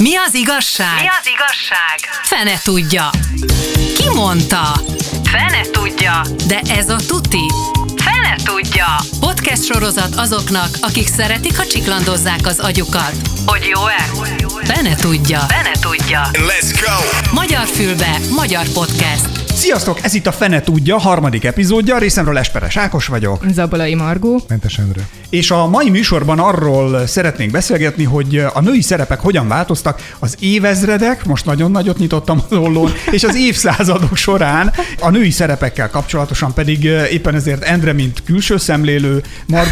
Mi az igazság? Fene tudja. Ki mondta? Fene tudja. De ez a tuti. Fene tudja. Podcast sorozat azoknak, akik szeretik, ha csiklandozzák az agyukat. Hogy jó-e? Fene tudja. Let's go! Magyar fülbe, magyar podcast. Sziasztok! Ez itt a Fene tudja, harmadik epizódja. Részemről Esperes Ákos vagyok. Zabolai Margó. Mentes Endre. És a mai műsorban arról szeretnénk beszélgetni, hogy a női szerepek hogyan változtak az évezredek, most nagyon nagyot nyitottam az ollón, és az évszázadok során. A női szerepekkel kapcsolatosan pedig éppen ezért Endre, mint külső szemlélő,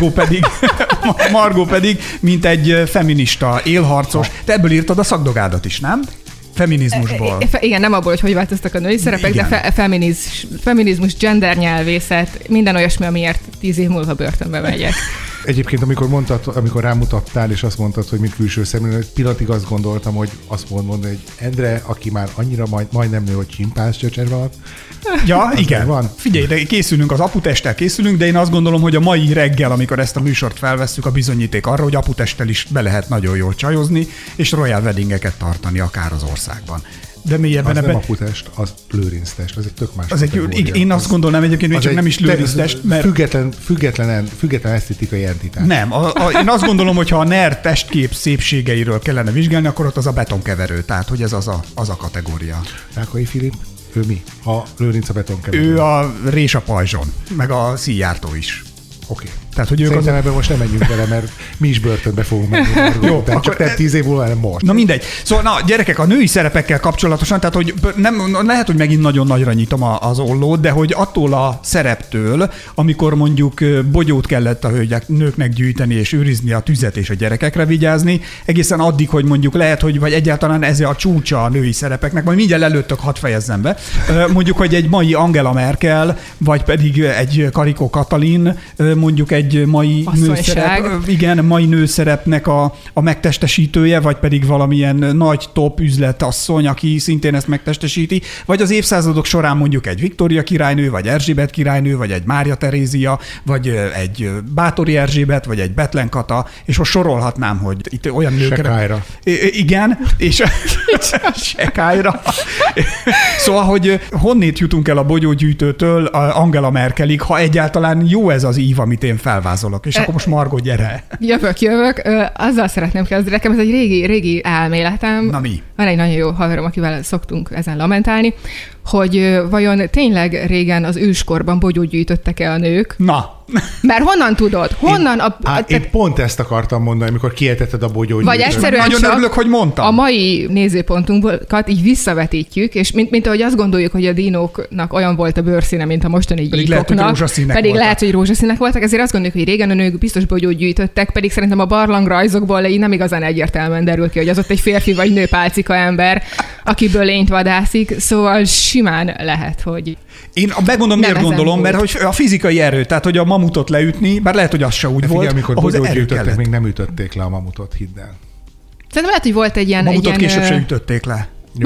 Margó pedig mint egy feminista élharcos. Te ebből írtad a szakdogádat is, nem? Feminizmusból. Igen, nem abból, hogy változtak a női szerepek, igen. De feminizmus, gendernyelvészet, minden olyasmi, amiért 10 év múlva börtönbe megyek. Egyébként, amikor rámutattál, és azt mondtad, hogy mint külső szemlélő, egy pillanatig azt gondoltam, hogy azt mondod, hogy Endre, aki már annyira majdnem nő, hogy csimpánz csöcser van. Ja, igen. Van. Figyelj, de készülünk, az aputesttel készülünk, de én azt gondolom, hogy a mai reggel, amikor ezt a műsort felvesszük, a bizonyíték arra, hogy aputesttel is be lehet nagyon jól csajozni, és royal weddingeket tartani akár az országban. De mélyebben az nem aputest, az lőrinctest, az egy tök más. Én azt gondolnám egyébként, hogy csak nem is lőrinctest, mert... Független esztétikai entitás. Nem, én azt gondolom, hogy ha a NER testkép szépségeiről kellene vizsgálni, akkor ott az a betonkeverő, tehát hogy ez az a kategória. Rákai Filip, ő mi? A lőrinc a betonkeverő. Ő a rés a pajzson, meg a szíjjártó is. Oké. Tehát, hogy szerintem ebben most nem menjünk bele, mert mi is börtönbe fogunk menni. Jó, de csak te 10 év múlva, nem most. Na mindegy. Szóval, gyerekek, a női szerepekkel kapcsolatosan, tehát hogy nem, lehet, hogy megint nagyon nagyra nyitom az ollót, de hogy attól a szereptől, amikor mondjuk bogyót kellett a nőknek gyűjteni és őrizni a tüzet és a gyerekekre vigyázni, egészen addig, hogy mondjuk lehet, hogy vagy egyáltalán ez a csúcsa a női szerepeknek, majd mindjárt előttök, hadd fejezzem be. Mondjuk, hogy egy mai Angela Merkel, vagy pedig egy Karikó Katalin, mondjuk egy mai nőszerepnek a megtestesítője, vagy pedig valamilyen nagy top üzletasszony, aki szintén ezt megtestesíti, vagy az évszázadok során mondjuk egy Viktória királynő, vagy Erzsébet királynő, vagy egy Mária Terézia, vagy egy Báthori Erzsébet, vagy egy Bethlen Kata, és most sorolhatnám, hogy itt olyan nőkre... Sekályra. Igen, és Sekályra. Szóval, hogy honnét jutunk el a bogyógyűjtőtől Angela Merkelig, ha egyáltalán jó ez az ív, amit én felvázolok, és akkor most Margó, gyere. Jövök. Azzal szeretném kezdeni, nekem ez egy régi elméletem. Na mi? Van egy nagyon jó haverom, akivel szoktunk ezen lamentálni, hogy vajon tényleg régen az őskorban bogyót gyűjtöttek-e a nők? Na. Mert honnan tudod? Én pont ezt akartam mondani, amikor kiejtetted a bogyót. Vagy egyszerűen nagyon örülök, hogy mondtam. A mai nézőpontunkat így visszavetítjük, és mint ahogy azt gondoljuk, hogy a dinóknak olyan volt a bőrszíne, mint a mostani gyíkoknak. Pedig lehet, hogy rózsaszínek voltak, ezért azt gondoljuk, hogy régen a nők biztos bogyót gyűjtöttek, pedig szerintem a barlangrajzokból így nem igazán egyértelműen derül ki, hogy az ott egy férfi vagy nő pálcika ember, akiből lényt vadászik, szóval simán lehet, hogy... Én megmondom, miért gondolom, mert hogy a fizikai erő, tehát hogy a mamutot leütni, bár lehet, hogy az se úgy volt, amikor bogyót gyűjtöttek, még nem ütötték le a mamutot, hidd el. Szerintem lehet, hogy volt egy ilyen... Mamutot később se ütötték le.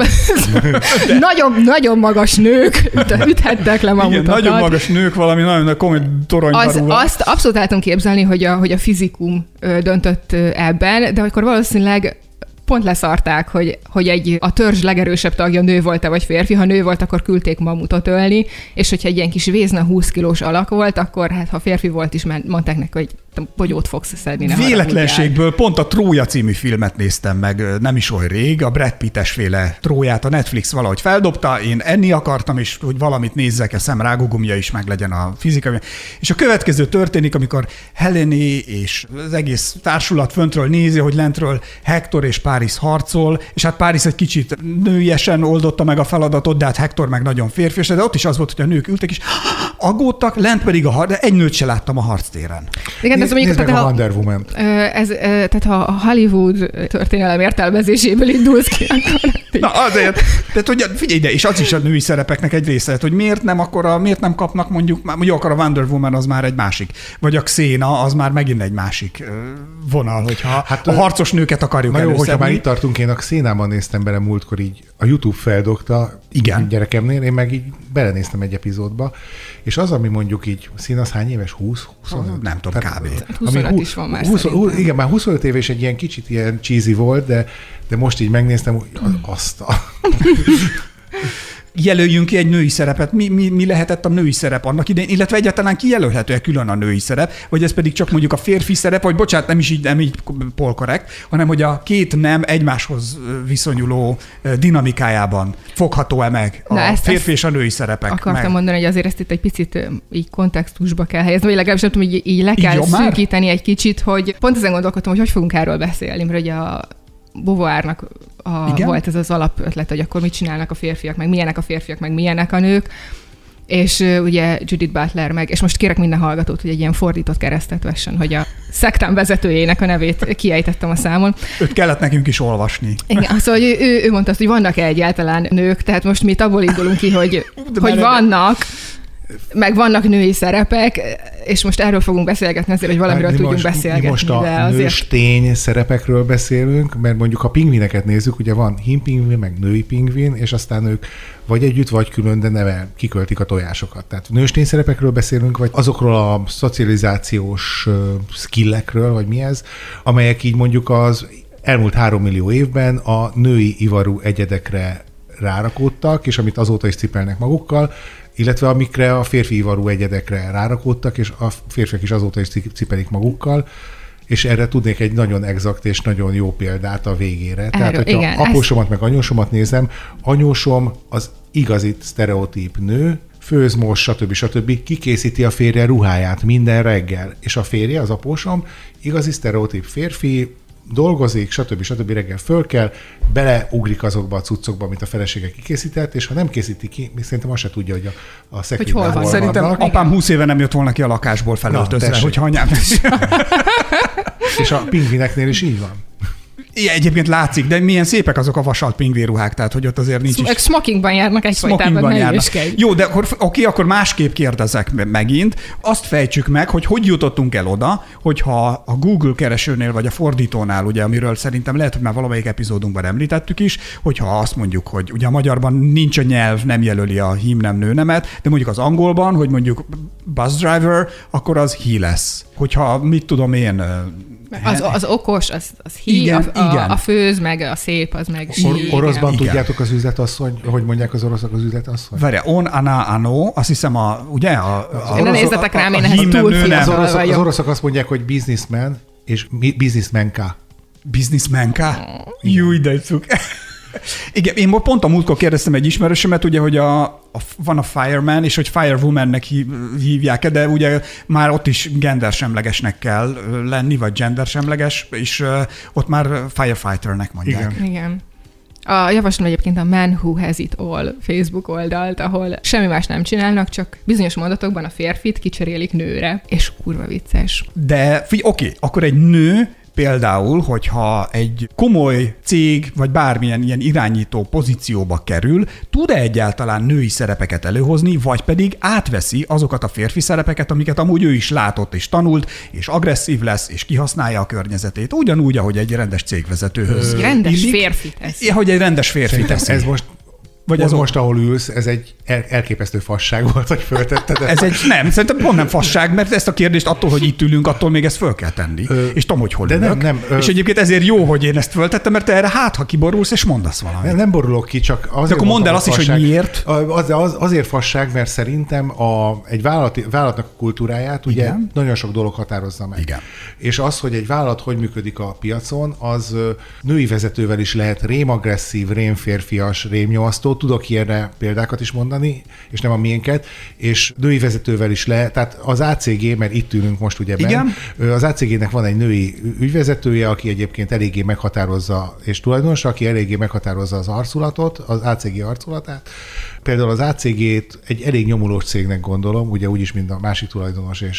Nagyon magas nők üthettek le mamutokat. Igen, nagyon magas nők, valami nagyon komoly toronybarúval. Azt abszolút el tudom képzelni, hogy a fizikum döntött ebben, de akkor valószínűleg pont leszarták, hogy a törzs legerősebb tagja nő volt-e vagy férfi. Ha nő volt, akkor küldték mamutot ölni, és hogyha egy ilyen kis vézna 20 kilós alak volt, akkor hát ha férfi volt is, mondták neki, hogy bogyót fogsz szedni. Véletlenségből pont a Trója című filmet néztem meg nem is olyan rég, a Brad Pitt-es féle Tróját a Netflix valahogy feldobta, én enni akartam, és hogy valamit nézzek, a szemrágógumja is meg legyen a fizikai. És a következő történik, amikor Helene és az egész társulat föntről nézi, hogy lentről Hector és Paris harcol, és hát Paris egy kicsit nőiesen oldotta meg a feladatot, de hát Hector meg nagyon férfias, de ott is az volt, hogy a nők ültek és aggódtak, lent pedig de egy nőt se láttam a harctéren. Igen, Nézd meg a Wonder Woman-t. Tehát ha a Hollywood történelem értelmezéséből indulsz ki, akkor Na azért, tehát hogy figyelj ide, és az is a női szerepeknek egy része, hogy miért nem kapnak mondjuk akkor a Wonder Woman az már egy másik, vagy a Xena az már megint egy másik vonal, hogyha a harcos nőket akarjuk előszedni. Hogyha már itt tartunk, én a Xénában néztem bele múltkor így, a YouTube feldogta gyerekemnél, én meg így belenéztem egy epizódba, és az, ami mondjuk így, Xena az hány éves? 20? 25? Nem tudom, kb. 25 is van már igen, már 25 éves egy ilyen kicsit ilyen cheesy volt, de most így megnéztem, hogy azt a... Jelöljünk ki egy női szerepet. Mi lehetett a női szerep annak idején, illetve egyáltalán kijelölhető-e külön a női szerep, vagy ez pedig csak mondjuk a férfi szerep, vagy bocsánat, nem így polkorrekt, hanem hogy a két nem egymáshoz viszonyuló dinamikájában fogható-e meg a férfi és a női szerepek. Akartam mondani, hogy azért ezt itt egy picit így kontextusba kell helyezni, vagy legalábbis nem tudom, így le kell szűkíteni egy kicsit, hogy pont ezen gondolkodtam, hogy fogunk erről beszélni, mert ugye a Beauvoirnak volt ez az alapötlet, hogy akkor mit csinálnak a férfiak, meg milyenek a férfiak, meg milyenek a nők, és ugye Judith Butler meg, és most kérek minden hallgatót, hogy egy ilyen fordított keresztet vessen, hogy a szektán vezetőjének a nevét kiejtettem a számon. Őt kellett nekünk is olvasni. Igen, szóval ő mondta azt, hogy vannak-e egyáltalán nők, tehát most mi itt abból indulunk ki, hogy vannak, meg vannak női szerepek, és most erről fogunk beszélgetni azért, hogy valamiről tudjunk beszélgetni. Most a nőstény szerepekről beszélünk, mert mondjuk a pingvineket nézzük, ugye van hímpingvin, meg női pingvin, és aztán ők vagy együtt, vagy külön, de neve kiköltik a tojásokat. Tehát nőstény szerepekről beszélünk, vagy azokról a szocializációs skillekről, vagy mi ez, amelyek így mondjuk az elmúlt 3 millió évben a női ivarú egyedekre rárakódtak, és amit azóta is cipelnek magukkal, illetve amikre a férfi ivarú egyedekre rárakódtak, és a férfiak is azóta is cipelik magukkal, és erre tudnék egy nagyon exakt és nagyon jó példát a végére. Tehát, hogyha apósomat meg anyósomat nézem, anyósom az igazi sztereotíp nő, főz, mos, stb. Kikészíti a férje ruháját minden reggel, és a férje, az apósom, igazi sztereotíp férfi, dolgozik, stb. Reggel föl kell, beleugrik azokba a cuccokba, amit a felesége kikészített, és ha nem készíti ki, még szerintem azt se tudja, hogy a szekrényben hol van. Szerintem apám 20 éve nem jött volna ki a lakásból felöltözve, hogyha anyám és a pingvineknél is így van. Igen, egyébként látszik, de milyen szépek azok a vasalt pingvéruhák, tehát hogy ott azért nincs is... Smokingban járnak egyfajtában, ne ügyeskedj. Jó, de akkor másképp kérdezek megint. Azt fejtsük meg, hogy jutottunk el oda, hogyha a Google keresőnél vagy a fordítónál, ugye, amiről szerintem lehet, hogy már valamelyik epizódunkban említettük is, hogyha azt mondjuk, hogy ugye a magyarban nincs a nyelv, nem jelöli a hím, nem nőnemet, de mondjuk az angolban, hogy mondjuk bus driver, akkor az he lesz. Hogyha mit tudom én... Az okos, az hí, igen. A főz, meg a szép, az meg Oroszban tudjátok az üzletasszony, hogy mondják az oroszok az üzletasszony? Várja, on, ana, ano, azt hiszem ugye? Ne nézzetek rám, én ehhez túl fiatal vagyok. Az oroszok azt mondják, hogy businessman és businessmanka. Businessmanka? Júj, de cuk. Igen, én pont a múltkor kérdeztem egy ismerősömet, ugye, hogy van a fireman, és hogy firewoman-nek hívják-e, de ugye már ott is gendersemlegesnek kell lenni, vagy gendersemleges, és ott már firefighternek mondják. Igen. Javaslom egyébként a Man Who Has It All Facebook oldalt, ahol semmi más nem csinálnak, csak bizonyos mondatokban a férfit kicserélik nőre, és kurva vicces. De oké, akkor egy nő például, hogyha egy komoly cég, vagy bármilyen ilyen irányító pozícióba kerül, tud-e egyáltalán női szerepeket előhozni, vagy pedig átveszi azokat a férfi szerepeket, amiket amúgy ő is látott és tanult, és agresszív lesz, és kihasználja a környezetét, ugyanúgy, ahogy egy rendes cégvezetőhöz. Rendes férfi teszi. Hogy egy rendes férfi teszi. Ez most, ahol ülsz, ez egy elképesztő fasság volt, hogy föltetted. Nem, szerintem pont nem fasság, mert ezt a kérdést attól, hogy itt ülünk, attól még ezt föl kell tenni. És tudom, hogy hol ülök. És egyébként ezért jó, hogy én ezt föltettem, mert te erre ha kiborulsz, és mondasz valamit. Nem borulok ki, csak azért. De akkor mondd el azt is, hogy miért. Azért fasság, mert szerintem egy vállalatnak a kultúráját ugye nagyon sok dolog határozza meg. Igen. És az, hogy egy vállalat hogy működik a piacon, az női vezetővel is lehet rémagresszív, rémférfias, rémnyomasztó. Tudok ilyenre példákat is mondani, és nem a miénket, és női vezetővel is lehet, tehát az ACG, mert itt ülünk most ugye benn, az ACG-nek van egy női ügyvezetője, aki egyébként eléggé meghatározza, és tulajdonos, aki eléggé meghatározza az arculatot, az ACG arculatát. Például az ACG-t egy elég nyomulós cégnek gondolom, ugye úgyis, mint a másik tulajdonos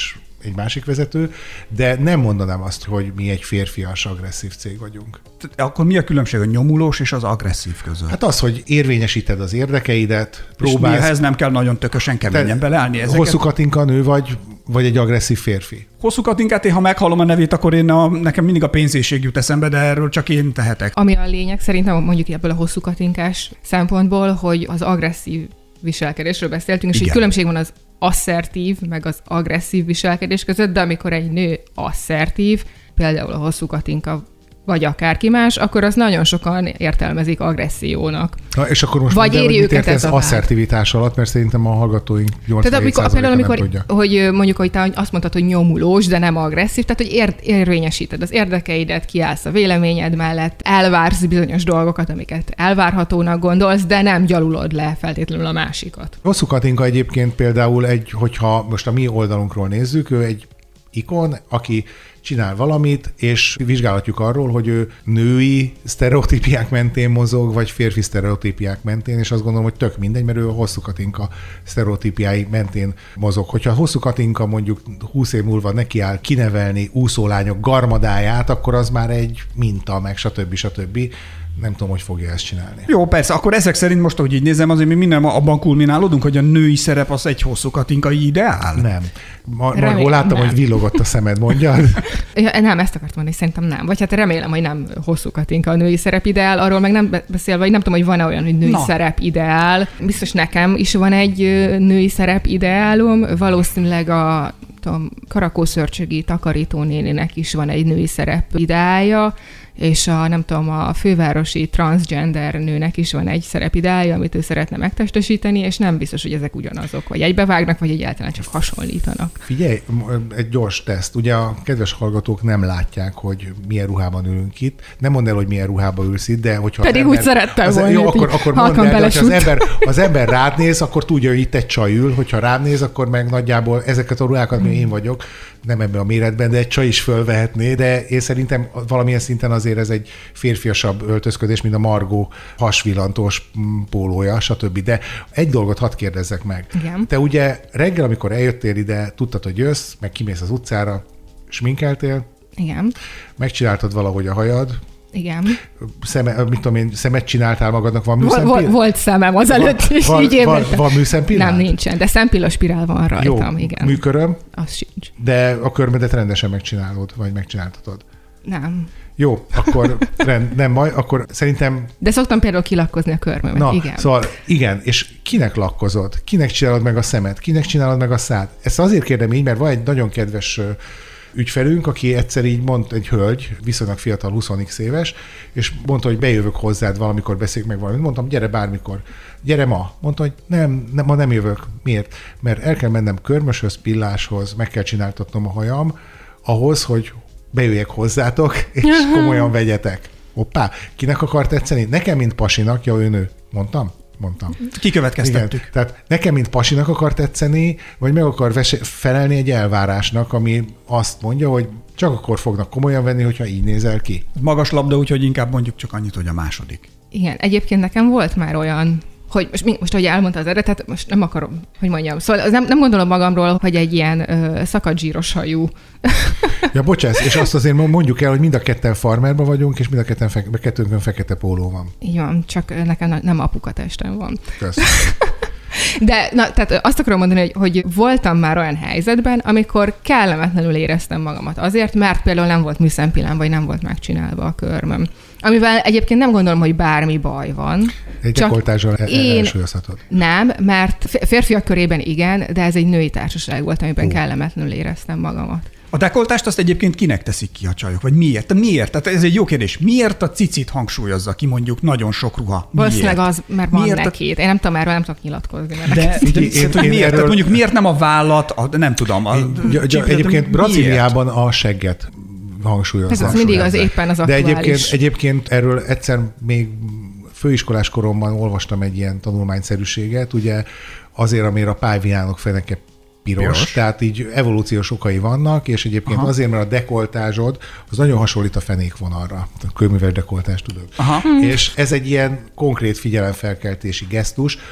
egy másik vezető, de nem mondanám azt, hogy mi egy férfias, agresszív cég vagyunk. Akkor mi a különbség a nyomulós és az agresszív között? Hát az, hogy érvényesíted az érdekeidet, próbálsz. És mihez nem kell nagyon tökösen keményen beleállni ezeket? Hosszú Katinka nő vagy egy agresszív férfi? Hosszú Katinkát, én ha meghallom a nevét, akkor nekem mindig a pénzésség jut eszembe, de erről csak én tehetek. Ami a lényeg szerintem mondjuk ebből a Hosszú Katinkás szempontból, hogy az agresszív viselkedésről beszéltünk, és így különbség van az asszertív, meg az agresszív viselkedés között, de amikor egy nő asszertív, például a Hosszú Katinka, vagy akárki más, akkor az nagyon sokan értelmezik agressziónak. Na, és akkor most vagy éri őket ez asszertivitás alatt, mert szerintem a hallgatóink 87%-a nem tudja. Hogy mondjuk, hogy te azt mondtad, hogy nyomulós, de nem agresszív, tehát hogy érvényesíted az érdekeidet, kiállsz a véleményed mellett, elvársz bizonyos dolgokat, amiket elvárhatónak gondolsz, de nem gyalulod le feltétlenül a másikat. Hosszú Katinka egyébként például hogyha most a mi oldalunkról nézzük, ő egy ikon, aki csinál valamit, és vizsgálhatjuk arról, hogy ő női sztereotípiák mentén mozog, vagy férfi sztereotípiák mentén, és azt gondolom, hogy tök mindegy, mert ő a Hosszú Katinka sztereotípiái mentén mozog. Hogyha a Hosszú Katinka mondjuk 20 év múlva nekiáll kinevelni úszólányok garmadáját, akkor az már egy minta, meg stb. Nem tudom, hogy fogja ezt csinálni. Jó, persze, akkor ezek szerint most, ahogy így nézem, azért mi minden abban kulminálódunk, hogy a női szerep az egy Hosszú Katinkai ideál? Nem. Margó, láttam, hogy villogott a szemed, mondjad. Nem, ezt akartam mondani, szerintem nem. Vagy hát remélem, hogy nem Hosszú Katinka a női szerep ideál, arról meg nem beszélve, vagy nem tudom, hogy van-e olyan, hogy női szerep ideál. Biztos nekem is van egy női szerep ideálom, valószínűleg a Karakószörcsögi takarítónéninek is van egy női szerep ideálja, és a fővárosi transgender nőnek is van egy szerepideálja, amit ő szeretne megtestesíteni, és nem biztos, hogy ezek ugyanazok, vagy egybevágnak, vagy egyáltalán csak hasonlítanak. Figyelj, egy gyors teszt. Ugye a kedves hallgatók nem látják, hogy milyen ruhában ülünk itt. Nem mondd el, hogy milyen ruhában ülsz itt, de hogyha pedig úgy szerettem volna. Jó, akkor mondd el, de hogyha az ember rád néz, akkor tudja, hogy itt egy csaj ül, hogyha rád néz, akkor meg nagyjából ezeket a ruhákat, mint én vagyok, nem ebben a méretben, de egy csaj is fölvehetné, de én szerintem valamilyen szinten azért ez egy férfiasabb öltözködés, mint a Margó hasvillantós pólója, stb. De egy dolgot hadd kérdezzek meg. Igen. Te ugye reggel, amikor eljöttél ide, tudtad, hogy jössz, meg kimész az utcára, sminkeltél. Igen. Megcsináltad valahogy a hajad. Igen. Szemet csináltál magadnak, van műszempillás? Volt szemem azelőtt is, így évettem. Van műszempillás? Nem, nincsen, de szempillaspirál van rajtam, jó, igen. Műköröm? Az sincs. De a körmedet rendesen megcsinálod, vagy megcsináltatod? Nem. Jó, akkor akkor szerintem... De szoktam például kilakkozni a körmömet, na, igen. Szóval igen, és kinek lakkozod? Kinek csinálod meg a szemet? Kinek csinálod meg a szád? Ezt azért kérdem így, mert van egy nagyon kedves ügyfelünk, aki egyszer így mondta, egy hölgy, viszonylag fiatal, 20x éves, és mondta, hogy bejövök hozzád valamikor, beszéljük meg valamit. Mondtam, gyere bármikor. Gyere ma. Mondta, hogy ma nem jövök. Miért? Mert el kell mennem körmöshöz, pilláshoz, meg kell csináltatnom a hajam, ahhoz, hogy bejöjjek hozzátok, és komolyan vegyetek. Hoppá, kinek akar tetszeni? Nekem, mint pasinak, ő nő. Mondtam. Kikövetkeztettük. Igen, tehát nekem, mint pasinak akar tetszeni, vagy meg akar felelni egy elvárásnak, ami azt mondja, hogy csak akkor fognak komolyan venni, hogyha így nézel ki. Magas labda, úgyhogy inkább mondjuk csak annyit, hogy a második. Igen, egyébként nekem volt már olyan, hogy most ahogy elmondta az eredet, most nem akarom, hogy mondjam. Szóval nem gondolom magamról, hogy egy ilyen szakadt zsíros hajú. Ja, bocsász, és azt azért mondjuk el, hogy mind a ketten farmerban vagyunk, és mind a kettőnkön fekete póló van. Így van, csak nekem nem apuka testem van. Köszönöm. De tehát azt akarom mondani, hogy voltam már olyan helyzetben, amikor kellemetlenül éreztem magamat azért, mert például nem volt műszempillám, vagy nem volt megcsinálva a körmöm. Amivel egyébként nem gondolom, hogy bármi baj van. Egy dekoltással elsúlyozhatod. Nem, mert férfiak körében igen, de ez egy női társaság volt, amiben kellemetlenül éreztem magamat. A dekoltást azt egyébként kinek teszik ki a csajok? Vagy miért? Tehát ez egy jó kérdés. Miért a cicit hangsúlyozza ki mondjuk nagyon sok ruha? Valószínűleg az, mert van neki. Én nem tudom, erről nem tudok nyilatkozni. De miért? Tehát mondjuk miért nem a vállat, nem tudom. Egyébként Brazíliában a segget hangsúlyozza. Ez mindig az éppen az aktuális. De egyébként erről egyszer még főiskolás koromban olvastam egy ilyen tanulmányszerűséget, ugye azért, amire a pálviánok feneke piros, tehát így evolúciós okai vannak, és egyébként azért, mert a dekoltázsod az nagyon hasonlít a fenékvonalra. A kőműves dekoltást tudod. És ez egy ilyen konkrét figyelemfelkeltési gesztus,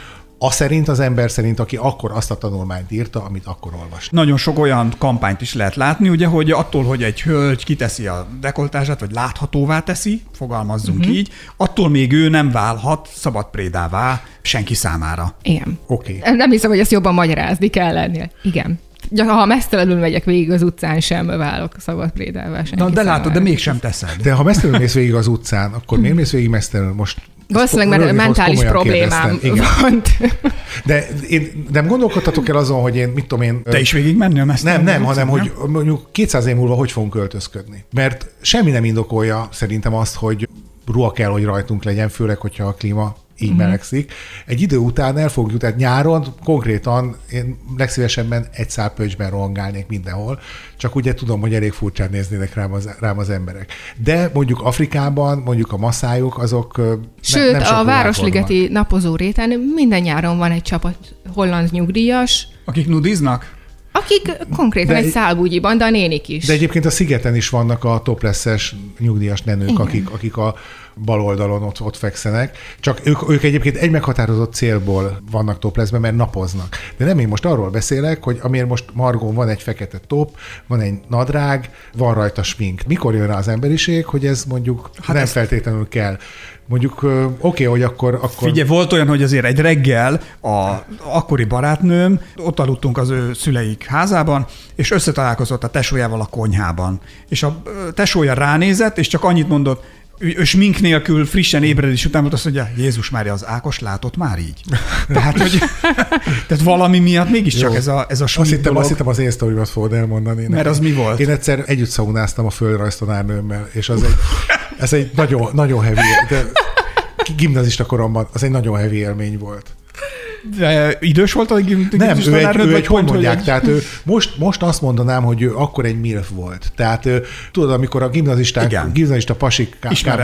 az ember szerint, aki akkor azt a tanulmányt írta, amit akkor olvast. Nagyon sok olyan kampányt is lehet látni, ugye, hogy attól, hogy egy hölgy kiteszi a dekoltázsát, vagy láthatóvá teszi, fogalmazzunk így, attól még ő nem válhat szabadprédává senki számára. Igen. Oké. Nem hiszem, hogy ezt jobban magyarázni kell lennie. Igen. Ha mesztelenül megyek végig az utcán, sem válok szabadprédává senki de számára. látod, de mégsem teszed. De ha mesztelenül mész végig az utcán, akkor miért mész végig mesztelenül? Most valószínűleg mert mentális problémám van. De én nem gondolkodtatok el azon, hogy én, mit tudom én... Te is végig menni a mesztelenül? Nem, hanem hogy mondjuk 200 év múlva hogy fogunk költözködni. Mert semmi nem indokolja szerintem azt, hogy ruha kell, hogy rajtunk legyen, főleg, hogyha a klíma így melegszik. Egy idő után el fogjuk jutni, tehát nyáron konkrétan én legszívesebben egy szál pöcsben rohangálnék mindenhol, csak ugye tudom, hogy elég furcsán néznének rám az emberek. De mondjuk Afrikában, mondjuk a maszályok, azok sőt, nem a Városligeti napozó réten minden nyáron van egy csapat holland nyugdíjas. Akik nudiznak? Akik konkrétan egy szálbúgyiban, de a nénik is. De egyébként a szigeten is vannak a topless-es nyugdíjas nenők, akik a bal oldalon ott fekszenek. Csak ők egyébként egy meghatározott célból vannak toplessben, mert napoznak. De nem, én most arról beszélek, hogy amiért most Margón van egy fekete top, van egy nadrág, van rajta smink. Mikor jön rá az emberiség, hogy ez mondjuk nem feltétlenül kell? Mondjuk oké, hogy akkor... Figyelj, volt olyan, hogy azért egy reggel akkori barátnőm, ott aludtunk az ő szüleik házában, és összetalálkozott a tesójával a konyhában. És a tesója ránézett, és csak annyit mondott, ő smink nélkül frissen ébredés után volt azt mondja, Jézus Mária, az Ákos látott már így. Tehát valami miatt mégiscsak ez a smink dolog. Azt hittem az én sztorimat fogod elmondani. Mert az mi volt? Én egyszer együtt szaunáztam a földrajztanárnőmmel, és ez egy nagyon, nagyon heavy, de gimnazista koromban az egy nagyon heavy élmény volt. De idős volt a gimnazista tanárnőd? Nem, ő egy hogy mondják, tehát ő most azt mondanám, hogy ő akkor egy MILF volt. Tehát tudod, amikor a gimnazista pasik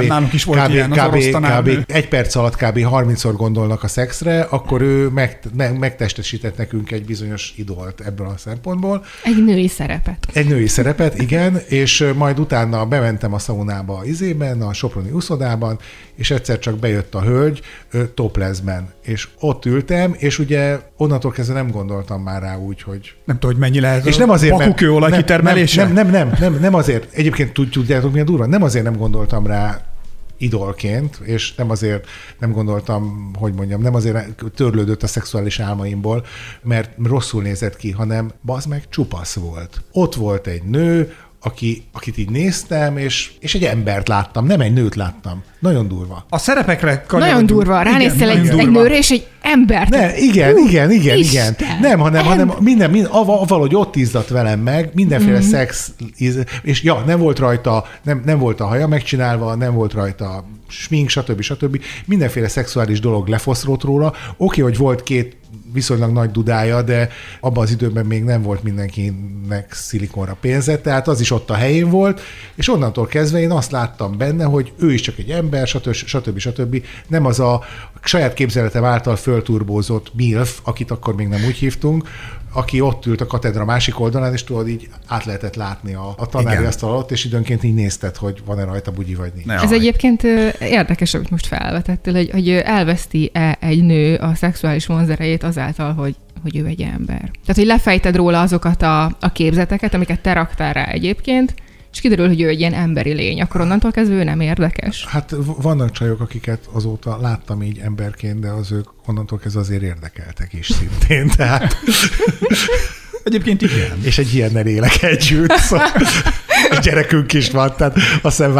kb. Egy perc alatt kb. 30-szor gondolnak a szexre, akkor ő megtestesített nekünk egy bizonyos idolt ebből a szempontból. Egy női szerepet, igen, és majd utána bementem a szaunába a soproni uszodában, és egyszer csak bejött a hölgy toplessben, és ott ültem, és ugye onnantól kezdve nem gondoltam már rá úgy, hogy... Nem tudom, hogy mennyi lehet és nem azért, bakukőolaj kitermelése? Nem azért. Egyébként tudjátok, milyen durva? Nem azért nem gondoltam rá idolként, és nem azért nem gondoltam, nem azért törlődött a szexuális álmaimból, mert rosszul nézett ki, hanem bazd meg csupasz volt. Ott volt egy nő, akit így néztem, és egy embert láttam, nem egy nőt láttam. Nagyon durva. A szerepekre nagyon durva. Ránéztél egy nőre, és egy embert. Igen. Nem, hanem minden valahogy ott izzadt velem meg, mindenféle szex, és nem volt rajta, nem volt a haja megcsinálva, nem volt rajta smink, stb. Mindenféle szexuális dolog lefoszlott róla. Oké, hogy volt két viszonylag nagy dudája, de abban az időben még nem volt mindenkinek szilikonra pénze, tehát az is ott a helyén volt, és onnantól kezdve én azt láttam benne, hogy ő is csak egy ember, stb. Nem az a saját képzeletem által fölturbózott MILF, akit akkor még nem úgy hívtunk, aki ott ült a katedra másik oldalán, és tudod, így át lehetett látni a tanári asztal alatt, és időnként így nézted, hogy van-e rajta bugyi, vagy nincs. Ez egyébként érdekes, amit most felvetettél, hogy elveszti-e egy nő a szexuális vonzerejét azáltal, hogy ő egy ember. Tehát, hogy lefejted róla azokat a képzeteket, amiket te raktál rá egyébként, és kiderül, hogy ő egy ilyen emberi lény, akkor onnantól kezdve ő nem érdekes. Hát vannak csajok, akiket azóta láttam így emberként, de az ők onnantól kezdve azért érdekeltek is szintén, tehát... Egyébként igen. És egy ilyennel élek együtt, szóval egy gyerekünk is van, tehát azt hiszem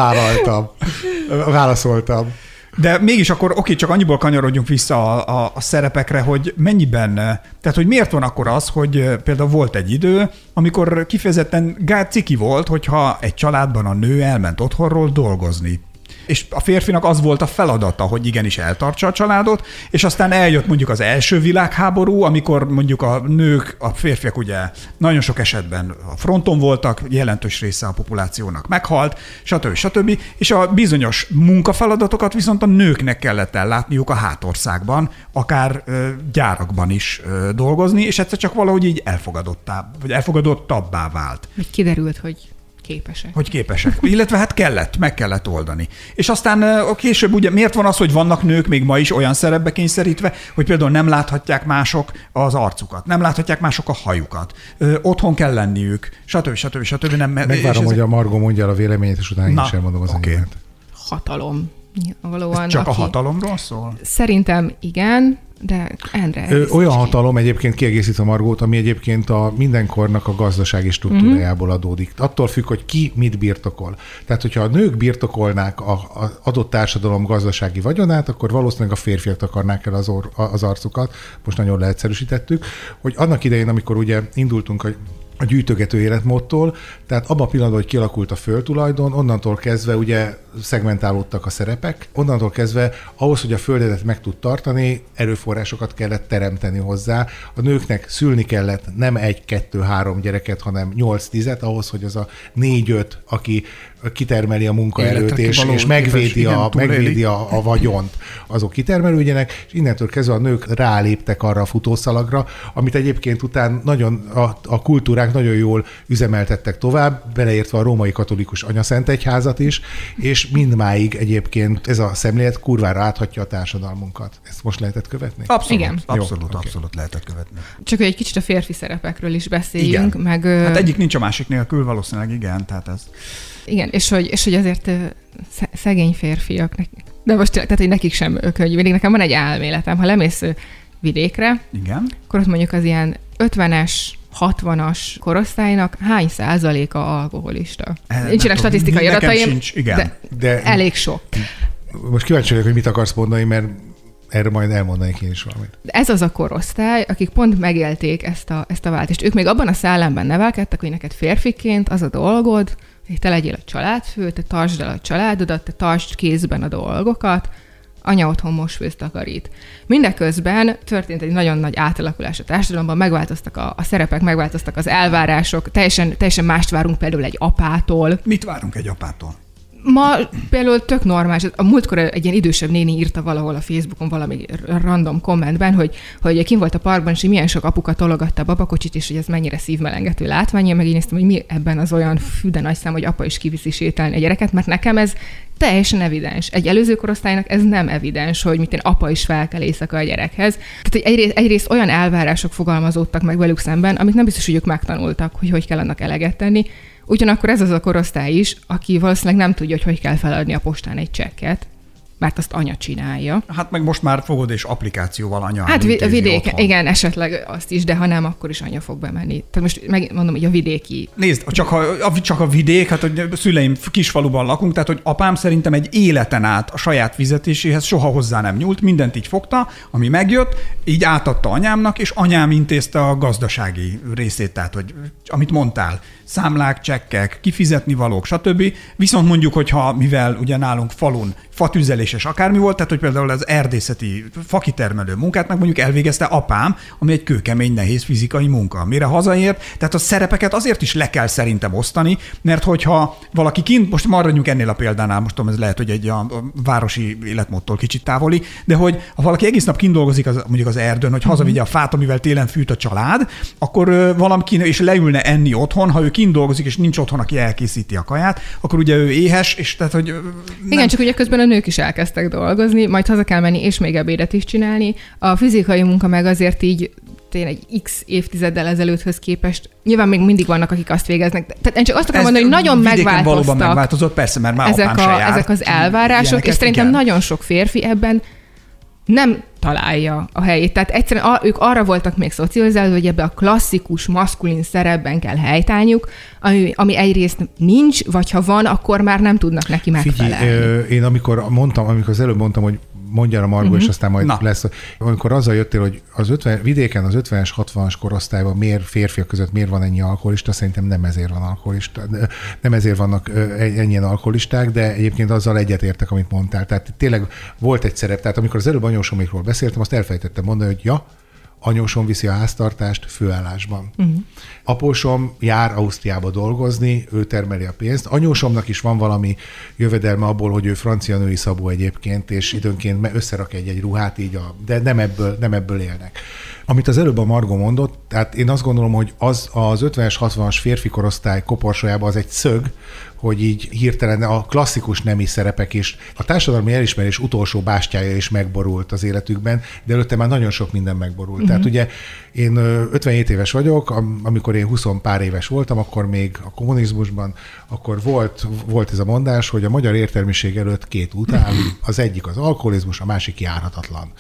válaszoltam. De mégis akkor csak annyiból kanyarodjunk vissza a szerepekre, hogy mennyiben, tehát hogy miért van akkor az, hogy például volt egy idő, amikor kifejezetten ciki volt, hogyha egy családban a nő elment otthonról dolgozni. És a férfinak az volt a feladata, hogy igenis eltartsa a családot, és aztán eljött mondjuk az első világháború, amikor mondjuk a nők, a férfiak ugye nagyon sok esetben a fronton voltak, jelentős része a populációnak meghalt, stb. És a bizonyos munkafeladatokat viszont a nőknek kellett ellátniuk a hátországban, akár gyárakban is dolgozni, és egyszer csak valahogy így elfogadottabbá vált. Kiderült, hogy képesek. Illetve hát meg kellett oldani. És aztán később ugye miért van az, hogy vannak nők még ma is olyan szerepbe kényszerítve, hogy például nem láthatják mások az arcukat, nem láthatják mások a hajukat, otthon kell lenniük, stb. Megvárom, hogy a Margó mondja el a véleményét, és utána én is elmondom az enyémet. Hatalom. Valóan, ez csak a hatalomról szól? Szerintem igen, de Endre... Olyan hatalom egyébként kiegészít a Margót, ami egyébként a mindenkornak a gazdasági struktúrájából adódik. Attól függ, hogy ki mit birtokol. Tehát, hogyha a nők birtokolnák az adott társadalom gazdasági vagyonát, akkor valószínűleg a férfiak takarnák el az arcukat. Most nagyon leegyszerűsítettük, hogy annak idején, amikor ugye indultunk a gyűjtögető életmódtól, tehát abban a pillanatban, hogy kialakult a földtulajdon, onnantól kezdve ugye szegmentálódtak a szerepek, onnantól kezdve ahhoz, hogy a földet meg tud tartani, erőforrásokat kellett teremteni hozzá. A nőknek szülni kellett nem 1, 2, 3 gyereket, hanem 8-10-et ahhoz, hogy az a 4-5, aki kitermeli a munkaerőt, és megvédi a vagyont, azok kitermelődjenek, és innentől kezdve a nők ráléptek arra a futószalagra, amit egyébként után nagyon a kultúrák nagyon jól üzemeltettek tovább, beleértve a római katolikus anyaszentegyházat is, és mindmáig egyébként ez a szemlélet kurvára áthatja a társadalmunkat. Ezt most lehetett követni? Abszolút. Igen. Abszolút lehetett követni. Csak hogy egy kicsit a férfi szerepekről is beszéljünk. Igen. Meg, hát egyik nincs a másik nélkül, valószínűleg igen, tehát ez... Igen, és hogy azért szegény férfiak, de most tehát, hogy nekik sem könnyű. Mindig nekem van egy elméletem, ha lemész vidékre, igen, akkor ott mondjuk az ilyen 50-es, 60-as korosztálynak hány százaléka alkoholista? Nincsenek statisztikai adataim, sincs, igen. De elég sok. Most kíváncsi vagyok, hogy mit akarsz mondani, mert erre majd elmondanék én is valamit. Ez az a korosztály, akik pont megélték ezt a váltást. Ők még abban a szellemben nevelkedtek, hogy neked férfiként az a dolgod, hogy te legyél a családfő, te tartsd el a családodat, te tartsd kézben a dolgokat, anya otthon mosfőz, takarít. Mindeközben történt egy nagyon nagy átalakulás a társadalomban, megváltoztak a szerepek, megváltoztak az elvárások, teljesen mást várunk például egy apától. Mit várunk egy apától? Ma például tök normális, a múltkor egy ilyen idősebb néni írta valahol a Facebookon valami random kommentben, hogy kim volt a parkban, és hogy milyen sok apuka tologatta a babakocsit, és hogy ez mennyire szívmelengető látvány. Én meg így néztem, hogy mi ebben az olyan fű de nagy szám, hogy apa is kiviszi sétálni a gyereket, mert nekem ez teljesen evidens. Egy előző korosztálynak ez nem evidens, hogy mit én apa is fel kell éjszaka a gyerekhez. Tehát, hogy egyrészt olyan elvárások fogalmazódtak meg velük szemben, amit nem biztos, hogy ők megtanultak, hogy kell annak eleget tenni. Ugyanakkor ez az a korosztály is, aki valószínűleg nem tudja, hogy kell feladni a postán egy csekket, mert azt anya csinálja. Hát meg most már fogod és applikációval anya. Hát vidéken, igen, esetleg azt is, de ha nem, akkor is anya fog bemenni. Tehát most megmondom, hogy a vidéki... Nézd, csak a vidék, hát hogy szüleim kisfaluban lakunk, tehát hogy apám szerintem egy életen át a saját fizetéséhez soha hozzá nem nyúlt, mindent így fogta, ami megjött, így átadta anyámnak, és anyám intézte a gazdasági részét, tehát hogy amit mondtál, számlák, csekkek, kifizetni valók, stb. Viszont mondjuk, hogyha mivel ugye nálunk falun fatüzelés és akármi volt, tehát hogy például az erdészeti fakitermelő munkát meg mondjuk elvégezte apám, ami egy kőkemény, nehéz fizikai munka. Mire hazaért, tehát a szerepeket azért is le kell szerintem osztani, mert hogyha valaki kint, most maradjunk ennél a példánál, most tudom, ez lehet, hogy egy a városi életmódtól kicsit távoli, de hogy ha valaki egész nap kint dolgozik mondjuk az erdőn, hogy hazavigye a fát, amivel télen fűt a család, akkor valaki és leülne enni otthon, ha ő kint dolgozik, és nincs otthon, aki elkészíti a kaját, akkor ugye ő éhes, és tehát, hogy... Igen, csak ugye közben a nők is elkezdtek dolgozni, majd haza kell menni, és még ebédet is csinálni. A fizikai munka meg azért így tényleg egy x évtizeddel ezelőtthöz képest, nyilván még mindig vannak, akik azt végeznek. Tehát én csak azt akarom mondani, hogy nagyon megváltoztak. Valóban megváltozott, persze, mert már apám se járt. Ezek az elvárások, ilyeneket, és szerintem igen. Nagyon sok férfi ebben nem találja a helyét. Tehát egyszerűen ők arra voltak még szocializálva, hogy ebbe a klasszikus, maszkulin szerepben kell helytállniuk, ami egyrészt nincs, vagy ha van, akkor már nem tudnak neki megfelelni. Figyelj, én amikor az előbb mondtam, hogy mondja a Margó, és aztán majd lesz. Amikor azzal jöttél, hogy vidéken az 50-es, 60-as korosztályban férfiak között miért van ennyi alkoholista, szerintem nem ezért van alkoholista, nem ezért vannak ennyien alkoholisták, de egyébként azzal egyetértek, amit mondtál. Tehát tényleg volt egy szerep, tehát amikor az előbb anyósomikról beszéltem, azt elfelejtettem mondani, hogy anyósom viszi a háztartást főállásban. Apósom jár Ausztriába dolgozni, ő termeli a pénzt. Anyósomnak is van valami jövedelme abból, hogy ő francia női szabó egyébként, és időnként összerak egy ruhát így, de nem ebből élnek. Amit az előbb a Margó mondott, tehát én azt gondolom, hogy az 50-es, 60-as férfi korosztály koporsójában az egy szög, hogy így hirtelen a klasszikus nemi szerepek is, a társadalmi elismerés utolsó bástyája is megborult az életükben, de előtte már nagyon sok minden megborult. Tehát ugye én 57 éves vagyok, amikor én 20 pár éves voltam, akkor még a kommunizmusban, akkor volt ez a mondás, hogy a magyar értelmiség előtt 2 út áll, az egyik az alkoholizmus, a másik járhatatlan.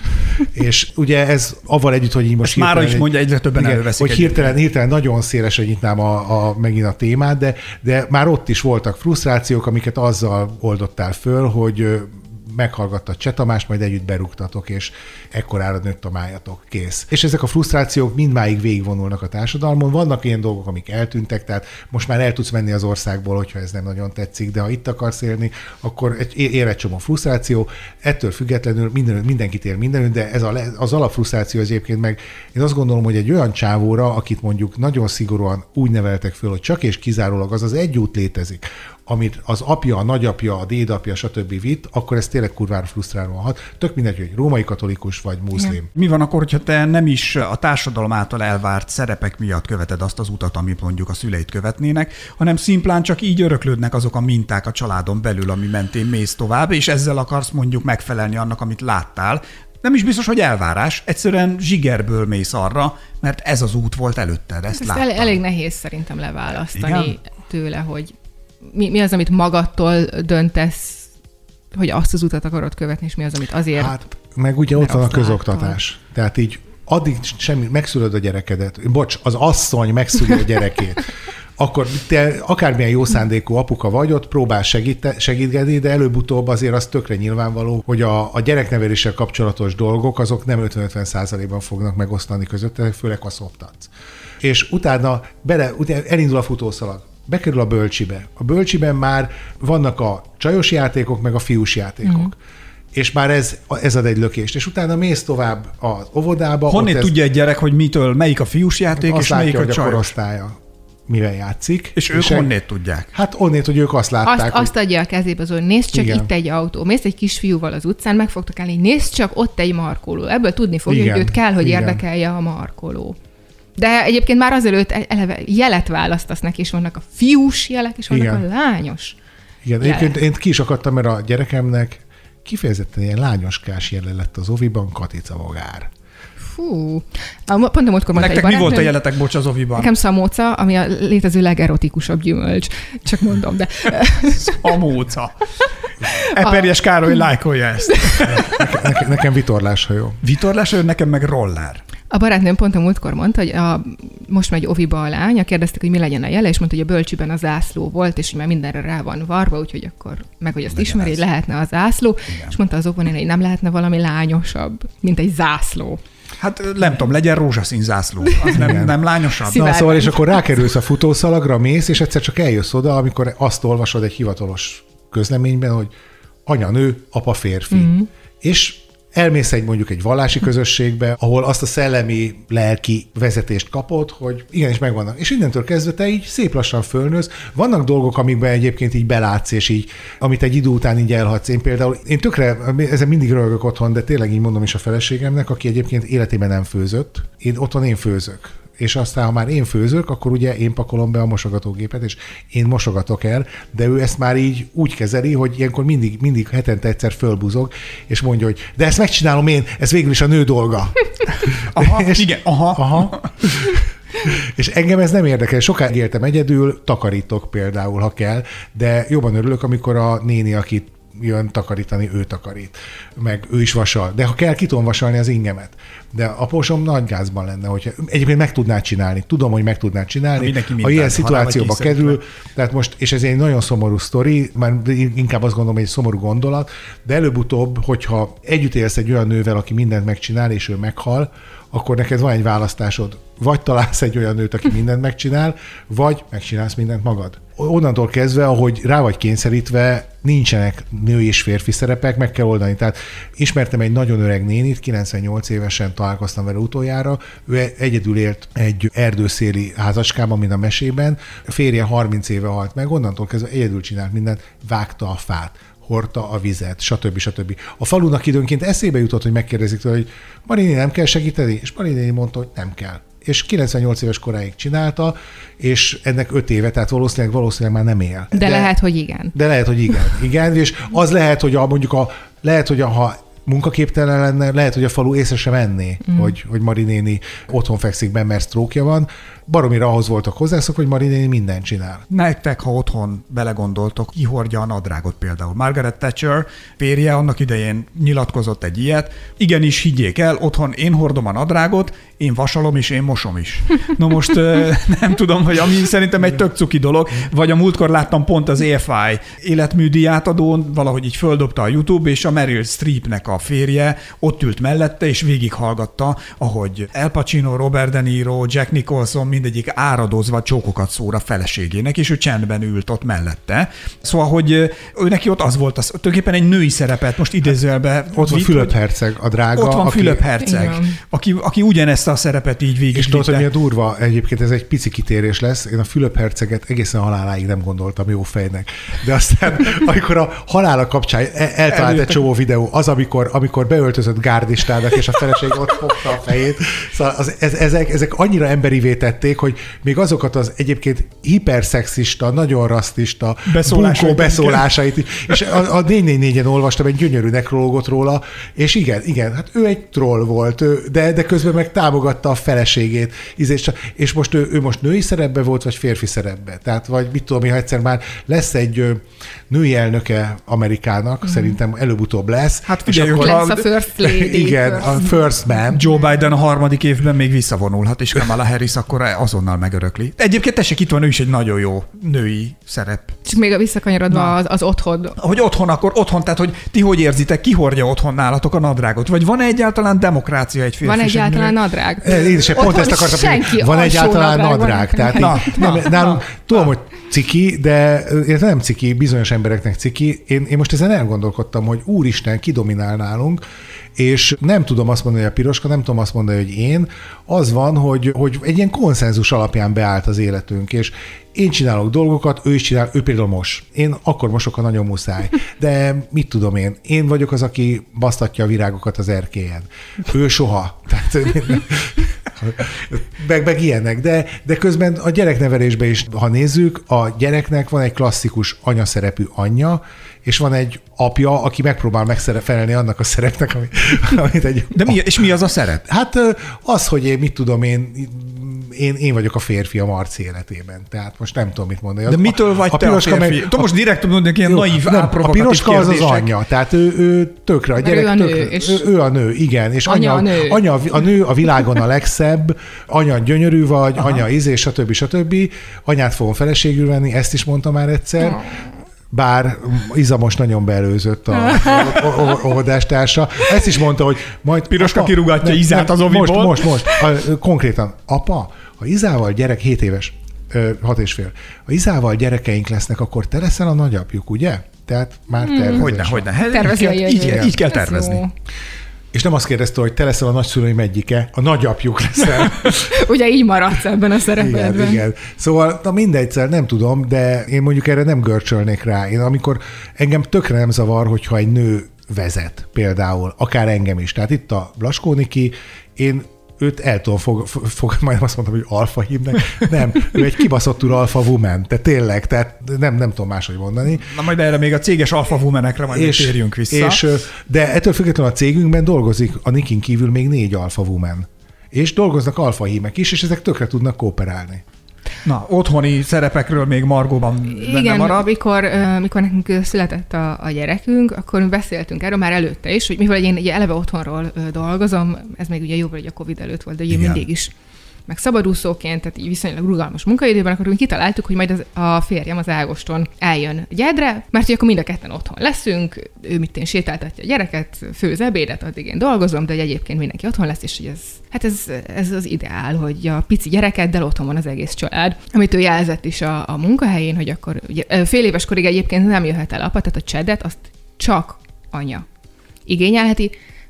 És ugye ez avval együtt, hogy így most mára is mondja, egyre többen előveszik. Hogy hirtelen nagyon szélesen nyitnám megint a témát, de már ott is voltak frusztrációk, amiket azzal oldottál föl, hogy meghallgattad Cseh Tamást, majd együtt berúgtatok, és ekkorára nőtt a májatok, kész. És ezek a frusztrációk mindmáig végigvonulnak a társadalmon. Vannak ilyen dolgok, amik eltűntek, tehát most már el tudsz menni az országból, hogyha ez nem nagyon tetszik, de ha itt akarsz élni, akkor ér egy csomó frusztráció. Ettől függetlenül mindenkit ér mindenütt, de ez az alapfrusztráció az egyébként meg én azt gondolom, hogy egy olyan csávóra, akit mondjuk nagyon szigorúan úgy neveltek föl, hogy csak és kizárólag az egy út létezik, amit az apja, a nagyapja, a dédapja, stb. Vitt, akkor ez tényleg kurvára frusztrálóan hat. Tök mindegy, hogy római katolikus vagy muszlim. Igen. Mi van akkor, hogyha te nem is a társadalom által elvárt szerepek miatt követed azt az utat, amit mondjuk a szüleid követnének, hanem szimplán csak így öröklődnek azok a minták a családon belül, ami mentén mész tovább, és ezzel akarsz mondjuk megfelelni annak, amit láttál. Nem is biztos, hogy elvárás, egyszerűen zsigerből mész arra, mert ez az út volt előtted, ezt láttam. Elég nehéz szerintem leválasztani tőle, hogy mi az, amit magadtól döntesz, hogy azt az utat akarod követni, és mi az, amit azért... Hát, meg ugye ott van a közoktatás. Tehát így addig megszülöd a gyerekedet, az asszony megszüli a gyerekét, akkor te akármilyen jó szándékú apuka vagy, ott próbál segíteni, de előbb-utóbb azért az tökre nyilvánvaló, hogy a gyerekneveléssel kapcsolatos dolgok, azok nem 50-50%-ban fognak megosztani között, főleg ha szoptatsz. És utána elindul a futószalag. Bekerül a bölcsibe. A bölcsiben már vannak a csajos játékok, meg a fiús játékok. És már ez ad egy lökést. És utána mész tovább az óvodába. Honnét tudja egy gyerek, hogy melyik a fiús játék, és melyik a csajos? A korosztálya mivel játszik. És ők honnét tudják? Hát onnét, hogy ők azt látták. Azt adja a kezébe, hogy nézd csak, itt egy autó, mész egy kisfiúval az utcán, meg fogtok állni, nézd csak, ott egy markoló. Ebből tudni fogja, hogy őt kell, hogy érdekelje a markoló. De egyébként már azelőtt eleve jelet választasz neki, és vannak a fiús jelek, és vannak a lányos jelek. Egyébként én ki is akadtam, mert a gyerekemnek kifejezetten ilyen lányoskás jele lett az oviban, Katica Vogár. Fú. Pont a múltkor mondta nektek mi volt a jeletek, bocs, az oviban? Nekem szamóca, ami a létező legerotikusabb gyümölcs. Csak mondom, de... Szamóca. Eperjes Károly lájkolja ezt. Nekem vitorláshajó. Vitorláshajó, nekem meg roller. A barátnőm pont a múltkor mondta, hogy most megy oviba a lánya, kérdezték, hogy mi legyen a jele, és mondta, hogy a bölcsiben a zászló volt, és hogy már mindenre rá van varva, úgyhogy akkor meg, hogy azt ismeri, hogy lehetne a zászló, és mondta az okban, hogy nem lehetne valami lányosabb, mint egy zászló. Hát nem tudom, legyen rózsaszín zászló. Az nem lányosabb. Na, szóval, és akkor rákerülsz a futószalagra, mész, és egyszer csak eljössz oda, amikor azt olvasod egy hivatalos közleményben, hogy anya nő, apa férfi. És elmész mondjuk egy vallási közösségbe, ahol azt a szellemi, lelki vezetést kapod, hogy igenis megvannak. És innentől kezdve te így szép lassan fölnősz. Vannak dolgok, amikben egyébként így belátsz, és így, amit egy idő után így elhagysz. Én tökre, ezen mindig röhögök otthon, de tényleg így mondom is a feleségemnek, aki egyébként életében nem főzött. Otthon én főzök. És aztán, ha már én főzök, akkor ugye én pakolom be a mosogatógépet, és én mosogatok el, de ő ezt már így úgy kezeli, hogy ilyenkor mindig hetente egyszer fölbuzog, és mondja, hogy de ezt megcsinálom én, ez végül is a nő dolga. Aha. És engem ez nem érdekel. Sokáig éltem egyedül, takarítok például, ha kell, de jobban örülök, amikor a néni, akit jön takarítani, ő takarít. Meg ő is vasal. De ha kell, ki tudom vasalni az ingemet. De a apósom nagy gázban lenne, hogyha egyébként meg tudná csinálni. Tudom, hogy meg tudná csinálni. Ha ilyen szituációba kerül, tehát most, és ez egy nagyon szomorú sztori, már inkább azt gondolom, hogy egy szomorú gondolat, de előbb-utóbb, hogyha együtt élsz egy olyan nővel, aki mindent megcsinál, és ő meghal, akkor neked van egy választásod. Vagy találsz egy olyan nőt, aki mindent megcsinál, vagy megcsinálsz mindent magad. Onnantól kezdve, ahogy rá vagy kényszerítve, nincsenek női és férfi szerepek, meg kell oldani. Tehát ismertem egy nagyon öreg nénit, 98 évesen találkoztam vele utoljára, ő egyedül élt egy erdőszéli házacskában, mint a mesében, a férje 30 éve halt meg, onnantól kezdve egyedül csinált mindent, vágta a fát, hordta a vizet, stb. A falunak időnként eszébe jutott, hogy megkérdezik tőle, hogy Marinéni, nem kell segíteni? És Marinéni mondta, hogy nem kell. És 98 éves koráig csinálta, és ennek 5 éve, tehát valószínűleg már nem él. De lehet, hogy igen. De lehet, hogy igen. Igen, és az lehet, hogy ha munkaképtelen lenne, lehet, hogy a falu észre sem venné, hogy Marinéni otthon fekszik be, mert sztrókja van. Baromira ahhoz voltak hozzászokva, hogy Marinéni mindent csinál. Nektek, ha otthon belegondoltok, ki hordja a nadrágot például. Margaret Thatcher férje annak idején nyilatkozott egy ilyet. Igenis, higgyék el, otthon én hordom a nadrágot, én vasalom és én mosom is. Na most nem tudom, hogy ami szerintem egy tök cuki dolog, vagy a múltkor láttam pont az EFI életműdíjátadón, valahogy így földobta a YouTube, és a Meryl Streepnek a férje ott ült mellette, és végighallgatta, ahogy Al Pacino, Robert De Niro, Jack Nicholson mindegyik áradozva csókokat szór a feleségének, és ő csendben ült ott mellette. Szóval, hogy ő neki ott az volt, az tulajdonképpen egy női szerepet, most idézőjelben. Ott van Fülöp-herceg, a drága. Ott van Fülöp-herceg, aki ugyanezt a szerepet így végig. És tudod, hogy mi a durva? Egyébként ez egy pici kitérés lesz. Én a Fülöp-herceget egészen haláláig nem gondoltam jó fejnek. De aztán, amikor a halála kapcsán eltalált egy csomó videó, az, amikor beöltözött gárdistának, és a feleség ott fogta a fejét. Szóval ezek annyira emberivé tették, hogy még azokat az egyébként hiperszexista, nagyon rasszista bunkó beszólásait, és a 444-en olvastam egy gyönyörű nekrológot róla, és igen, hát ő egy troll volt, de közben meg támogatta a feleségét, és most ő most női szerepbe volt, vagy férfi szerepbe. Tehát, vagy mit tudom, ha egyszer már lesz egy női elnöke Amerikának, szerintem előbb-utóbb lesz. Hát figyelj, akkor lesz a first lady. Igen, a first man. Joe Biden a 3. évben még visszavonulhat, és Kamala Harris akkor azonnal megörökli. Egyébként tessék, itt van, ő is egy nagyon jó női szerep. Csak még visszakanyarodva az otthon. Hogy otthon, tehát hogy ti hogy érzitek, ki hordja otthon nálatok a nadrágot? Vagy van egyáltalán demokrácia egy férfi? Van egyáltalán nadrág? Én is pont ezt akartam, hogy van egyáltalán nadrág. Tehát nálunk tudom, hogy ciki, de nem ciki, bizonyos embereknek ciki. Én most ezen elgondolkodtam, hogy úristen, ki dominál nálunk, és nem tudom azt mondani, hogy a piroska, nem tudom azt mondani, hogy én. Az van, hogy egy ilyen konszenzus alapján beállt az életünk, és én csinálok dolgokat, ő is csinál, ő például mos. Én akkor mosok, ha nagyon muszáj. De mit tudom én vagyok az, aki basztatja a virágokat az erkélyen. Ő soha. Tehát, meg ilyenek. De közben a gyereknevelésben is, ha nézzük, a gyereknek van egy klasszikus anyaszerepű anyja, és van egy apja, aki megpróbál megfelelni annak a szerepnek, amit egy... De és mi az a szerep? Hát az, hogy én mit tudom, én vagyok a férfi a Marci életében. Tehát most nem tudom, mit mondani. De mitől vagy te a férfi? Tudom, most direkt mondani, ilyen naív, a piroska az az anyja. Tehát ő tökre, a gyerek ő a nő, igen. És anya a nő a világon a legszebb, anya gyönyörű vagy, anya stb. Anyát fogom feleségül venni, ezt is mondta már egyszer. Bár Iza most nagyon beelőzött a óvodástársa. Ezt is mondta, hogy majd... Piroska kirúgatja Izát az oviból. Most. Konkrétan, apa, ha Izával gyerek 7 éves, 6 és fél, ha Izával gyerekeink lesznek, akkor te leszel a nagyapjuk, ugye? Tehát már tervezés. Hogyne. Így kell tervezni. És nem azt kérdezte, hogy te leszel a nagyszülőim egyike, a nagyapjuk leszel. Ugye így maradsz ebben a szerepedben. Igen. Szóval mindegyszer nem tudom, de én mondjuk erre nem görcsölnék rá. Amikor engem tökre nem zavar, hogyha egy nő vezet például, akár engem is. Tehát itt a Blaskó Niki, én őt el tudom majdnem azt mondtam, hogy alfa hívnek. Nem, ő egy kibaszottul alfa woman. Tehát tényleg, tehát nem tudom máshogy mondani. Na majd erre még a céges alfa womanekre majd térjünk vissza. De ettől függetlenül a cégünkben dolgozik a Nikin kívül még 4 alfa woman. És dolgoznak alfa hímek is, és ezek tökre tudnak kooperálni. Na, otthoni szerepekről még Margóban benne marad. Mikor nekünk született a gyerekünk, akkor mi beszéltünk erről már előtte is, hogy mivel én ugye eleve otthonról dolgozom, ez még ugye jóval a Covid előtt volt, de ugye mindig is meg szabadúszóként, tehát így viszonylag rugalmas munkaidőben, akkor mi kitaláltuk, hogy majd a férjem az Ágoston eljön Gyedre, mert hogy akkor mind a ketten otthon leszünk, ő sétáltatja a gyereket, főz ebédet, addig én dolgozom, de egyébként mindenki otthon lesz, és hogy ez az ideál, hogy a pici gyerekeddel otthon van az egész család, amit ő jelzett is a munkahelyén, hogy akkor ugye, fél éves korig egyébként nem jöhet el apa, tehát a csedet azt csak anya igényelheti,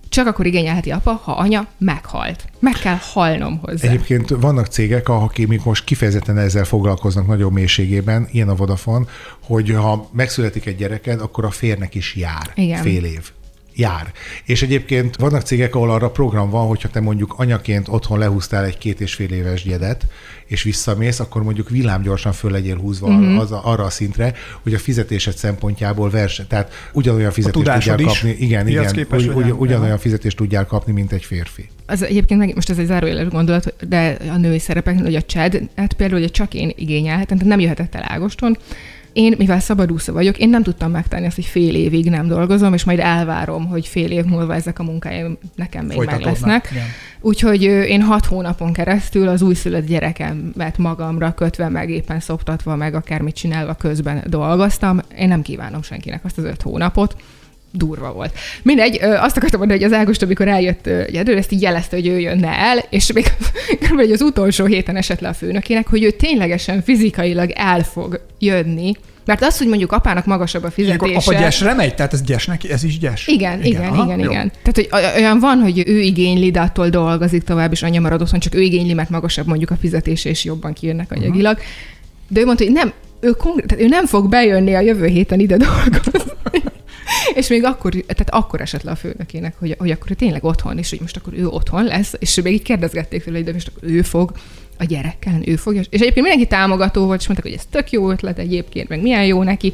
csak akkor igényelheti apa, ha anya meghalt. Meg kell halnom hozzá. Egyébként vannak cégek, akik most kifejezetten ezzel foglalkoznak nagyobb mélységében, ilyen a Vodafone, hogy ha megszületik egy gyereked, akkor a férnek is jár. Igen. Fél év. Jár. És egyébként vannak cégek, ahol arra program van, hogyha te mondjuk anyaként otthon lehúztál egy 2,5 éves gyedet, és visszamész, akkor mondjuk villámgyorsan föl legyél húzva arra a szintre, hogy a fizetésed szempontjából tehát ugyanolyan fizetést tudjál kapni. Igen, ugyanolyan fizetést tudjál kapni, mint egy férfi. Az egyébként most ez egy zárójeles gondolat, de a női szerepek, hogy a Chad, hát például, hogy csak én igényelhetem, tehát nem jöhetett el Ágoston. Én, mivel szabadúszó vagyok, én nem tudtam megtenni azt, hogy fél évig nem dolgozom, és majd elvárom, hogy fél év múlva ezek a munkáim nekem még meg lesznek. Úgyhogy én 6 hónapon keresztül az újszülött gyerekemet magamra kötve, meg éppen szoptatva, meg akármit csinálva közben dolgoztam. Én nem kívánom senkinek azt az 5 hónapot. Durva volt. Mindegy, azt akartam mondani, hogy az Ágost, amikor eljött Gyedő, ezt így jelezte, hogy ő jönne el, és még körülbelül az utolsó héten esett le a főnökének, hogy ő ténylegesen fizikailag el fog jönni, mert az, hogy mondjuk apának magasabb a fizetése... Apa gyesre megy? Tehát ez gyes neki? Ez is gyes? Igen. Tehát, hogy olyan van, hogy ő igényli, de attól dolgozik tovább, és anya marad otthon, csak ő igényli, mert magasabb mondjuk a fizetése, és jobban kijönnek anyagilag. De ő mondta, hogy nem, ő nem fog bejönni a jövő héten ide dolgozni. És még akkor esett le a főnökének, hogy akkor ő tényleg otthon, és hogy most akkor ő otthon lesz, és még így kérdezgették tőle, de most akkor ő fog a gyerekkel, ő fog. És egyébként mindenki támogató volt, és mondták, hogy ez tök jó ötlet egyébként, meg milyen jó neki,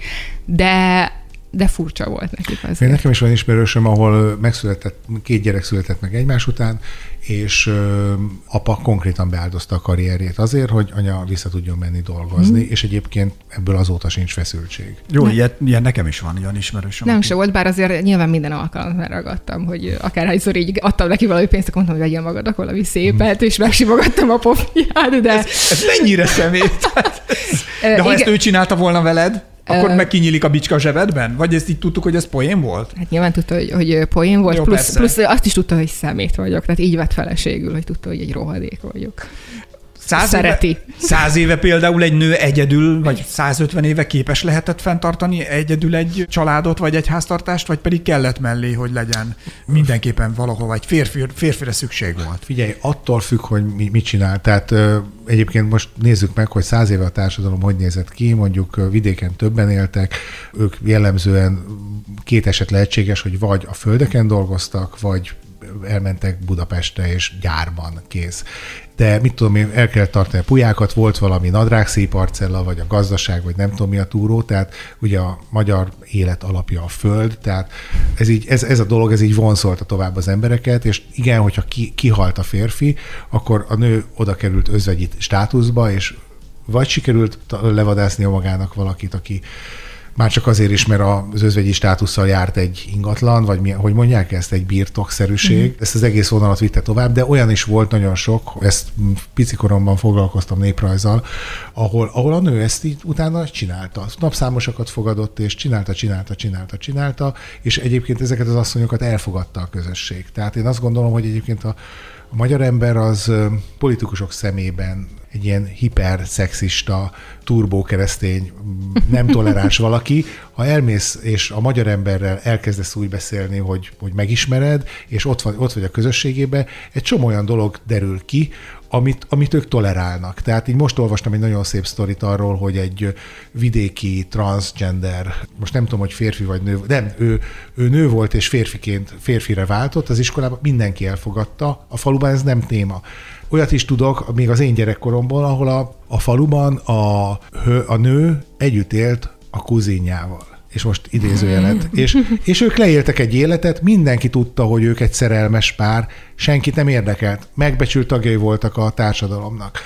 de furcsa volt neki. Nekem is van ismerősöm, ahol megszületett, 2 gyerek született meg egymás után, és apa konkrétan beáldozta a karrierjét azért, hogy anya vissza tudjon menni dolgozni, és egyébként ebből azóta sincs feszültség. Jó, ilyen nekem is van, ilyen ismerősöm. Nem se volt, bár azért nyilván minden alkalommal ragadtam, hogy akárhányszor így adtam neki valami pénzt, akkor mondtam, hogy vegyél magadnak valami szépet, és megsimogattam a pofját, de... Ez mennyire szemét? De ha ezt ő csinálta volna veled, akkor meg kinyílik a bicska a zsebedben? Vagy ezt így tudtuk, hogy ez poén volt? Hát nyilván tudta, hogy poén volt, jó, plusz azt is tudta, hogy szemét vagyok. Tehát így vett feleségül, hogy tudta, hogy egy rohadék vagyok. 100 éve például egy nő egyedül, vagy 150 éve képes lehetett fenntartani egyedül egy családot, vagy egy háztartást, vagy pedig kellett mellé, hogy legyen mindenképpen valahol, egy férfire szükség volt? Figyelj, attól függ, hogy mit csinál. Tehát egyébként most nézzük meg, hogy 100 éve a társadalom hogy nézett ki, mondjuk vidéken többen éltek, ők jellemzően 2 eset lehetséges, hogy vagy a földeken dolgoztak, vagy elmentek Budapestre és gyárban, kész. De mit tudom én, el kellett tartani a pulyákat, volt valami nadrágszéparcella, vagy a gazdaság, vagy nem tudom mi a túró, tehát ugye a magyar élet alapja a föld, tehát ez a dolog, ez így vonzolta tovább az embereket, és igen, hogyha kihalt a férfi, akkor a nő oda került özvegyi státuszba, és vagy sikerült levadásznia magának valakit, aki már csak azért is, mert az özvegyi státusszal járt egy ingatlan, vagy hogy mondják ezt, egy birtokszerűség. Ezt az egész vonalat vitte tovább, de olyan is volt nagyon sok, ezt picikoromban foglalkoztam néprajzzal, ahol a nő ezt így utána csinálta. Napszámosokat fogadott, és csinálta, és egyébként ezeket az asszonyokat elfogadta a közösség. Tehát én azt gondolom, hogy egyébként a magyar ember az politikusok szemében egy ilyen hiperszexista, turbókeresztény, nem toleráns valaki. Ha elmész, és a magyar emberrel elkezdesz úgy beszélni, hogy megismered, és ott vagy a közösségében, egy csomó olyan dolog derül ki, amit ők tolerálnak. Tehát így most olvastam egy nagyon szép sztorit arról, hogy egy vidéki transgender, most nem tudom, hogy férfi vagy nő, nem, ő nő volt, és férfire váltott, az iskolában mindenki elfogadta, a faluban ez nem téma. Olyat is tudok, még az én gyerekkoromból, ahol a faluban a nő együtt élt a kuzinjával. És most idézőjelet. És ők leéltek egy életet, mindenki tudta, hogy ők egy szerelmes pár, senkit nem érdekelt. Megbecsült tagjai voltak a társadalomnak.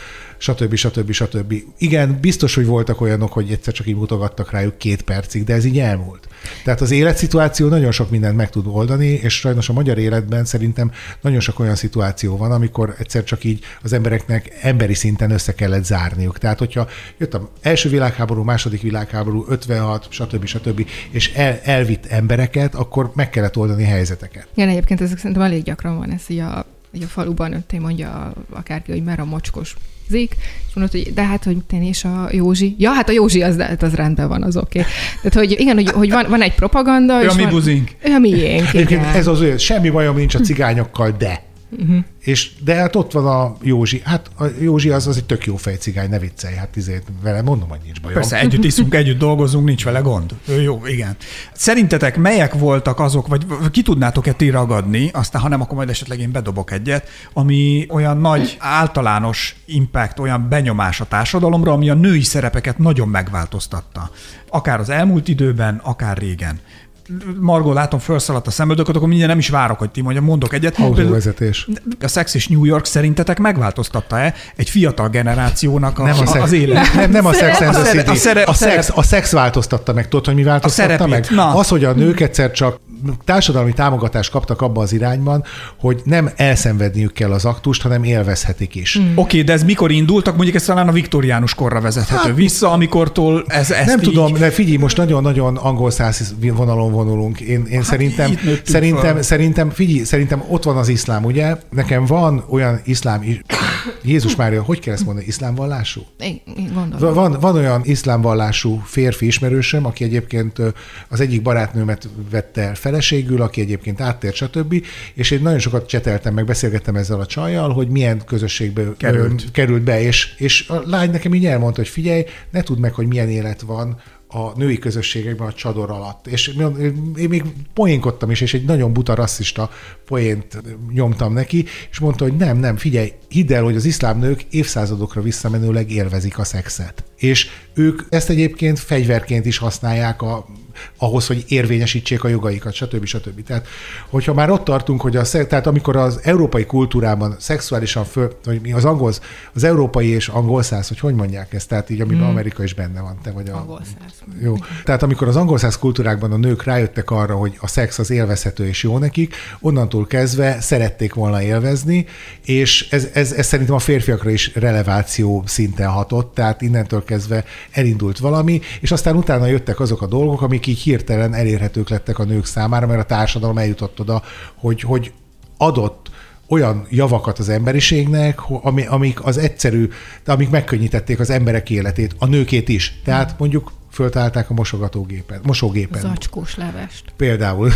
Stb. Igen, biztos, hogy voltak olyanok, hogy egyszer csak így mutogattak rájuk 2 percig, de ez így elmúlt. Tehát az életszituáció nagyon sok mindent meg tud oldani, és sajnos a magyar életben szerintem nagyon sok olyan szituáció van, amikor egyszer csak így az embereknek emberi szinten össze kellett zárniuk. Tehát, hogyha jött az első világháború, második világháború, 56, stb. És elvitt embereket, akkor meg kellett oldani helyzeteket. Igen, egyébként ezek szerintem elég gyakran van ez, hogy a faluban ott mondja akárki, hogy mer a mocskos zik, és mondod, hogy de hát, hogy ten és a Józsi. Ja, hát a Józsi az rendben van, az oké. Tehát, hogy igen, hogy van egy propaganda. Ő a mi buzink. Ő a miénk, igen. Ez az olyan, semmi bajom nincs a cigányokkal, de. De hát ott van a Józsi. Hát a Józsi az egy tök jó fejcigány, ne viccelj, hát vele mondom, hogy nincs bajom. Persze, együtt iszunk, együtt dolgozunk, nincs vele gond. Ő jó, igen. Szerintetek melyek voltak azok, vagy ki tudnátok-e ti ragadni, aztán ha nem, akkor majd esetleg én bedobok egyet, ami olyan nagy általános impact, olyan benyomás a társadalomra, ami a női szerepeket nagyon megváltoztatta. Akár az elmúlt időben, akár régen. Margó, látom, felszaladt a szemöldököt, akkor mindjárt nem is várok, hogy ti mondok egyet. Autóvezetés. A Sex és New York szerintetek megváltoztatta-e egy fiatal generációnak az élet? Nem a Sex and the City. A szex változtatta meg. Tudod, hogy mi változtatta meg? Az, hogy a nők egyszer csak társadalmi támogatást kaptak abba az irányban, hogy nem elszenvedniük kell az aktust, hanem élvezhetik is. Oké, de ez mikor indultak? Mondjuk ez talán a viktoriánus korra vezethető vissza, amikortól ez nem tudom, de figyelj, most nagyon-nagyon angol-szász vonalon vonulunk. Én szerintem ott van az iszlám, ugye? Nekem van olyan iszlám, Jézus Mária, hogy kell ezt mondani, iszlámvallású? Én gondolom. Van olyan iszlámvallású férfi ismerősöm, aki egyébként az egyik barátnőmet vette el feleségül, aki egyébként áttért, stb. És én nagyon sokat cseteltem, meg beszélgettem ezzel a csajjal, hogy milyen közösségbe került be, és a lány nekem így elmondta, hogy figyelj, ne tudd meg, hogy milyen élet van a női közösségekben a csador alatt. És én még poénkodtam is, és egy nagyon buta rasszista poént nyomtam neki, és mondta, hogy nem, figyelj, hidd el, hogy az iszlám nők évszázadokra visszamenőleg élvezik a szexet. És ők ezt egyébként fegyverként is használják ahhoz, hogy érvényesítsék a jogaikat, stb. Tehát, hogyha már ott tartunk, hogy tehát amikor az európai kultúrában szexuálisan hogy mi az európai és angolszász, hogy mondják ezt, tehát így, amiben Amerika is benne van, te vagy angolszász. Jó. Tehát amikor az angolszász kultúrákban a nők rájöttek arra, hogy a szex az élvezhető és jó nekik, onnantól kezdve szerették volna élvezni, és ez szerintem a férfiakra is releváció szinten hatott, tehát innentől kezdve elindult valami, és aztán utána jöttek azok a dolgok, amik így hirtelen elérhetők lettek a nők számára, mert a társadalom eljutott oda, hogy adott olyan javakat az emberiségnek, amik az egyszerű, de amik megkönnyítették az emberek életét, a nőkét is. Tehát mondjuk föltalálták a mosógépen. Zacskós levest. Például.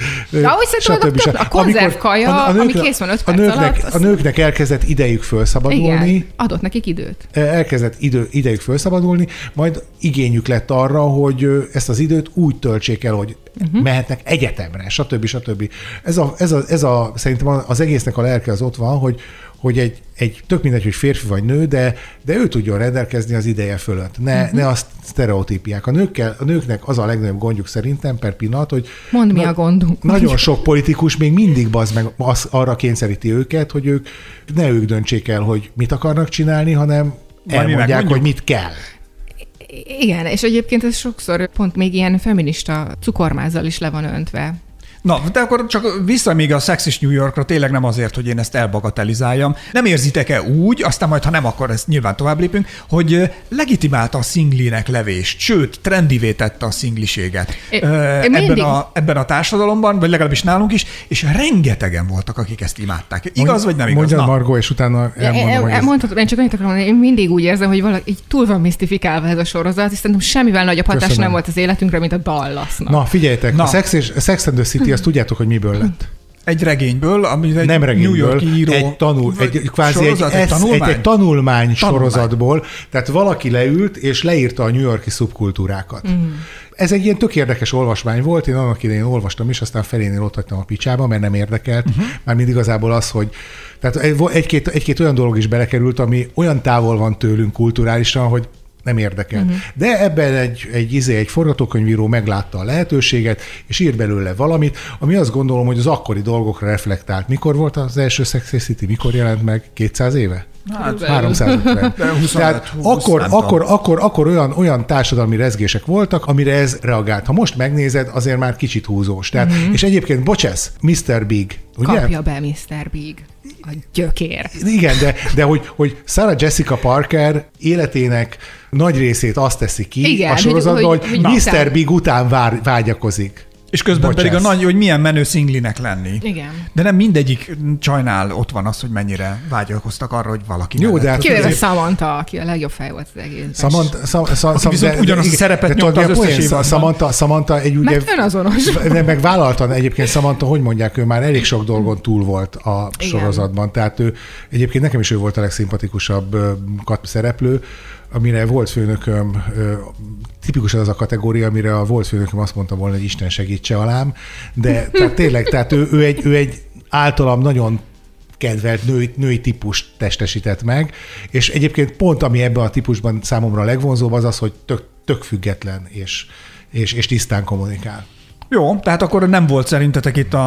A konzervkaja, ami kész van 5 perc alatt. A nőknek elkezdett idejük felszabadulni. Igen, adott nekik időt. Elkezdett idejük felszabadulni, majd igényük lett arra, hogy ezt az időt úgy töltsék el, hogy mehetnek egyetemre, stb. Szerintem az egésznek a lelke az ott van, hogy egy tök mindegy, hogy férfi vagy nő, de ő tudjon rendelkezni az ideje fölött. Ne a sztereotípiák. A nőknek az a legnagyobb gondjuk szerintem per pillanat, hogy mondd, mi a gondunk. Nagyon sok politikus még mindig meg arra kényszeríti őket, hogy ők döntsék el, hogy mit akarnak csinálni, hanem elmondják, hogy mit kell. Igen, és egyébként ez sokszor pont még ilyen feminista cukormázzal is le van öntve. Na, de akkor csak vissza még a Sex és New Yorkra, tényleg nem azért, hogy én ezt elbagatelizáljam. Nem érzitek-e úgy, aztán majd, ha nem, akkor ezt nyilván tovább lépünk, hogy legitimálta a szinglinek levést, sőt, trendivé tette a szingliséget ebben a társadalomban, vagy legalábbis nálunk is, és rengetegen voltak, akik ezt imádták. Igaz, vagy nem igaz? Mondjad, Margó, és utána elmondom, mondhatod, én csak annyit akarom mondani, én mindig úgy érzem, hogy valaki így túl van misztifikálva ez a sorozat, és szerintem semmivel nagyobb hatás nem volt az életünkre, mint a Dallasnak. Na, figyeljetek, a Sex and the City, azt tudjátok, hogy miből lett? Egy regényből, ami egy nem regényből, New York író. Egy tanulmány sorozatból. Tehát valaki leült, és leírta a New York-i szubkultúrákat. Ez egy ilyen tök érdekes olvasmány volt, én annak idején olvastam is, aztán felénél ott hagytam a picsába, mert nem érdekelt. Mármint igazából az, hogy tehát egy-két olyan dolog is belekerült, ami olyan távol van tőlünk kulturálisan, hogy nem érdekel. De ebben egy forgatókönyvíró meglátta a lehetőséget, és írt belőle valamit, ami azt gondolom, hogy az akkori dolgokra reflektált. Mikor volt az első Sex and the City? Mikor jelent meg? 200 éve? Hát, 350. Tehát akkor olyan társadalmi rezgések voltak, amire ez reagált. Ha most megnézed, azért már kicsit húzós. Tehát, és egyébként, bocsász, Mr. Big, ugye? Kapja be Mr. Big. A gyökér. Igen, de hogy Sarah Jessica Parker életének nagy részét azt teszi ki a sorozatban, hogy Mr. Big után vágyakozik. És közben pedig a nagy, hogy milyen menő szinglinek lenni. Igen. De nem mindegyik csajnál ott van az, hogy mennyire vágyalkoztak arra, hogy valaki jó, de kivéve Samantha, aki a legjobb fej volt az egészben. Viszont ugyanazt a szerepet nyomta az összes évadban. Samantha egy ugye... azonos. Meg vállaltan egyébként Samantha, hogy mondják, ő már elég sok dolgon túl volt a sorozatban. Tehát ő, egyébként nekem is ő volt a legszimpatikusabb szereplő, amire volt főnököm, tipikusan az a kategória, amire a volt főnököm azt mondta volna, hogy Isten segítse alám, de tehát tényleg, tehát ő egy általam nagyon kedvelt női típust testesített meg, és egyébként pont ami ebben a típusban számomra a legvonzóbb az, hogy tök független és tisztán kommunikál. Jó, tehát akkor nem volt szerintetek itt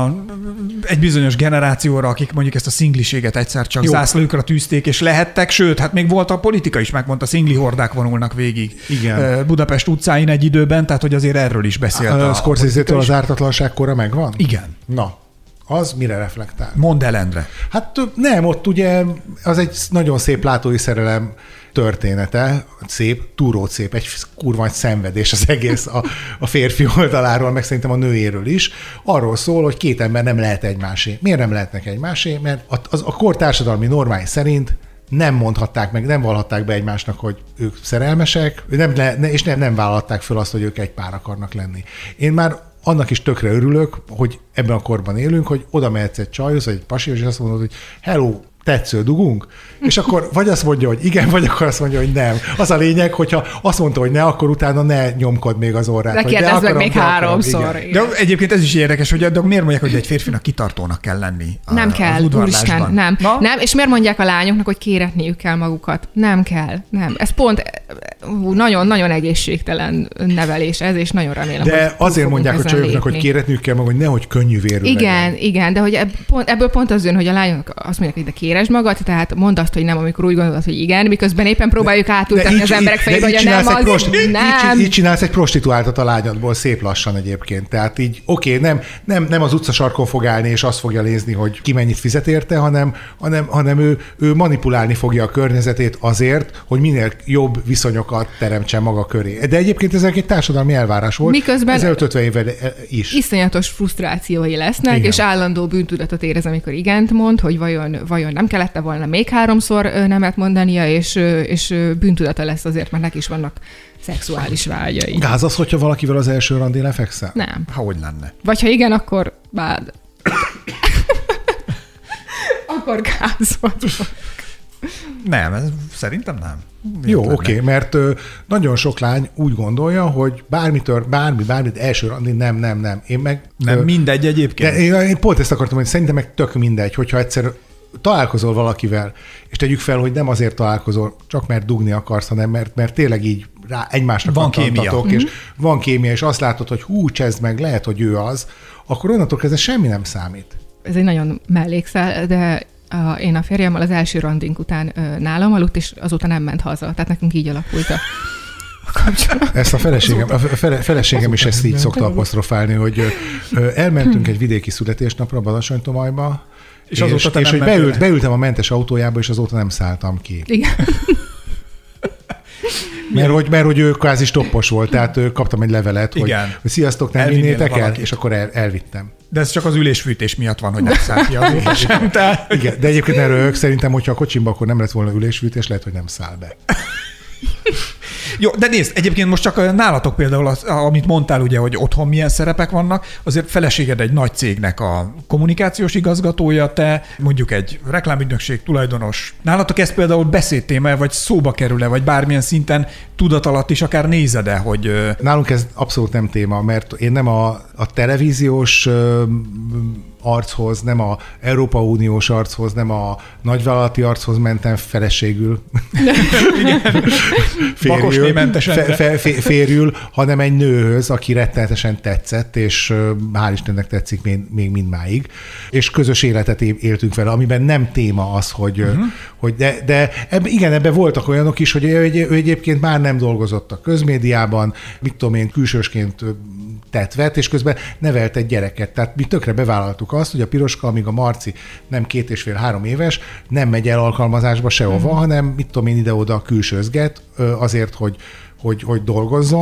egy bizonyos generációra, akik mondjuk ezt a szingliséget egyszer csak zászlójukra tűzték, és lehettek, sőt, hát még volt a politika is, megmondta, szingli hordák vonulnak végig. Igen. Budapest utcáin egy időben, tehát hogy azért erről is beszélt a Scorsese-től az ártatlanság kora megvan? Igen. Na, az mire reflektál? Mondd el, Endre. Hát nem, ott ugye az egy nagyon szép látói szerelem története, szép, túrót szép, egy kurva nagy szenvedés az egész a férfi oldaláról, meg szerintem a nőéről is. Arról szól, hogy két ember nem lehet egymásé. Miért nem lehetnek egymásé? Mert a kor társadalmi normái szerint nem mondhatták meg, nem vallhatták be egymásnak, hogy ők szerelmesek, és nem vállalták föl azt, hogy ők egy pár akarnak lenni. Én már annak is tökre örülök, hogy ebben a korban élünk, hogy oda mehetsz egy csajhoz, vagy egy pasihoz, és azt mondod, hogy hello, tetsző, dugunk, és akkor vagy azt mondja, hogy igen, vagy akkor azt mondja, hogy nem. Az a lényeg, hogyha azt mondta, hogy ne, akkor utána ne nyomkod még az orrát. De kérdezd meg még háromszor. De egyébként ez is érdekes, hogy miért mondják, hogy egy férfinak kitartónak kell lenni nem kell, úristen, nem. És miért mondják a lányoknak, hogy kéretniük kell magukat? Nem kell, nem. Ez pont nagyon-nagyon egészségtelen nevelés ez, és nagyon remélem, de hogy azért mondják a csajoknak, hogy kéretniük kell magukat, hogy nehogy könnyű vérű legyen. Igen, de hogy ebből pont az jön, hogy a lányok azt mondják, hogy de kéresd magad, tehát mondd azt, hogy nem, amikor úgy gondolod, hogy igen, miközben éppen próbáljuk átültetni az emberek fejébe, hogy a nem az, nem. Így csinálsz egy prostituáltat a lányadból szép lassan egyébként. Tehát így nem az utcasarkon fog állni, és azt fogja nézni, hogy ki mennyit fizet érte, hanem ő manipulálni fogja a környezetét azért, hogy minél jobb viszonyokat teremtsen maga köré. De egyébként ez egy társadalmi elvárás volt. Miközben 1050 évvel is. Iszonyatos frusztrációi lesznek, igen. És állandó bűntudatot érez, amikor igent mond, hogy vajon nem kellett volna még 3-szor nemet mondania, és bűntudata lesz azért, mert neki is vannak szexuális vágyai. Gáz az, hogyha valakivel az első randin lefekszel? Nem. Hogy lenne? Vagy ha igen, akkor bád. Akkor gáz vagy. Nem, szerintem nem. Jó, oké, mert nagyon sok lány úgy gondolja, hogy bármit első randin nem. Én meg... Nem mindegy egyébként. De én pont ezt akartam, hogy szerintem meg tök mindegy, hogyha egyszer találkozol valakivel, és tegyük fel, hogy nem azért találkozol, csak mert dugni akarsz, hanem mert tényleg így egymásnak van kémia. És van kémia, és azt látod, hogy csezd meg, lehet, hogy ő az, akkor onnantól kezdve semmi nem számít. Ez egy nagyon mellékszál, de én a férjemmel az első randink után nálam aludt, és azóta nem ment haza. Tehát nekünk így alakult a kapcsolat. Ezt a feleségem is ezt így szokta apostrofálni, hogy elmentünk egy vidéki születésnapra Balatontomajba, és hogy beültem a mentes autójába, és azóta nem szálltam ki. Igen. Mert hogy ő kvázi stoppos volt, tehát kaptam egy levelet, hogy sziasztok, nem vinnétek el, és akkor elvittem. De ez csak az ülésfűtés miatt van, hogy nem száll ki azóta sem. Igen, de egyébként erről szerintem, hogyha a kocsimba akkor nem lett volna ülésfűtés, lehet, hogy nem száll be. Jó, de nézd, egyébként most csak nálatok például, amit mondtál ugye, hogy otthon milyen szerepek vannak, azért feleséged egy nagy cégnek a kommunikációs igazgatója, te mondjuk egy reklámügynökség tulajdonos. Nálatok ez például beszédtéma, vagy szóba kerül-e, vagy bármilyen szinten tudat alatt is akár nézed-e, hogy... Nálunk ez abszolút nem téma, mert én nem a televíziós archoz, nem a Európa Uniós archoz, nem a nagyvállalati archoz mentem feleségül. Férjül, hanem egy nőhöz, aki rettenetesen tetszett, és hál' Istennek tetszik még mindmáig. És közös életet éltünk vele, amiben nem téma az, hogy de ebben voltak olyanok is, hogy ő egyébként már nem dolgozott a közmédiában, mit tudom én, külsősként vett, és közben nevelt egy gyereket. Tehát mi tökre bevállaltuk azt, hogy a Piroska, amíg a Marci nem 2,5-3 éves, nem megy el alkalmazásba sehova, hanem mit tudom én ide-oda külsőzget azért, hogy dolgozzon,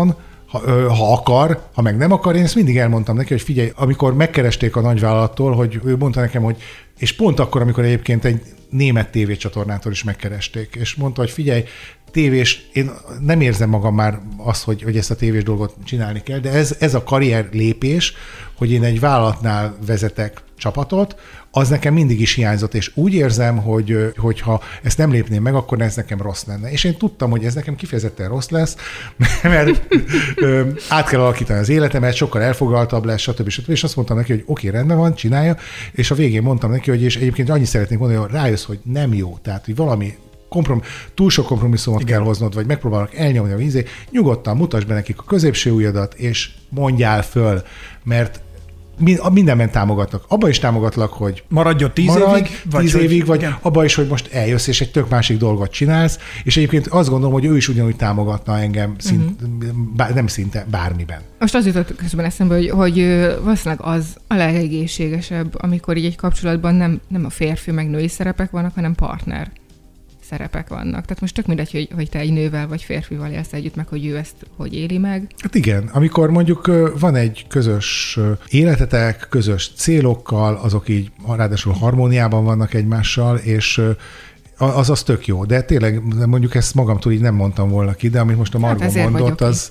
ha akar, ha meg nem akar. Én ezt mindig elmondtam neki, hogy figyelj, amikor megkeresték a nagyvállalattól, hogy ő mondta nekem, hogy és pont akkor, amikor egyébként egy német tévécsatornától is megkeresték, és mondta, hogy figyelj, tévés, én nem érzem magam már azt, hogy ezt a tévés dolgot csinálni kell, de ez a karrier lépés, hogy én egy vállalatnál vezetek csapatot, az nekem mindig is hiányzott, és úgy érzem, hogy ha ezt nem lépném meg, akkor ez nekem rossz lenne. És én tudtam, hogy ez nekem kifejezetten rossz lesz, mert át kell alakítani az életemet, sokkal elfoglaltabb lesz, stb. És azt mondtam neki, hogy oké, rendben van, csinálja, és a végén mondtam neki, hogy és egyébként annyit szeretnék mondani, hogy rájössz, hogy nem jó, tehát hogy valami túl sok kompromisszumot kell hoznod, vagy megpróbálnak elnyomni a vízé, nyugodtan mutasd be nekik a középső ujjadat, és mondjál föl, mert mindenben támogatnak. Abban is támogatlak, hogy maradjon 10 évig, vagy abban is, hogy most eljössz, és egy tök másik dolgot csinálsz, és egyébként azt gondolom, hogy ő is ugyanúgy támogatna engem, nem szinte bármiben. Most az jutott közben eszembe, hogy valószínűleg az a legegészségesebb, amikor így egy kapcsolatban nem a férfi meg női szerepek vannak, hanem partner szerepek vannak. Tehát most tök mindegy, hogy te egy nővel vagy férfival élsz együtt, meg hogy ő ezt hogy éli meg. Hát igen, amikor mondjuk van egy közös életetek, közös célokkal, azok így ráadásul harmóniában vannak egymással, és az tök jó. De tényleg mondjuk ezt magamtól így nem mondtam volna ki, de amit most a Margó mondott, az...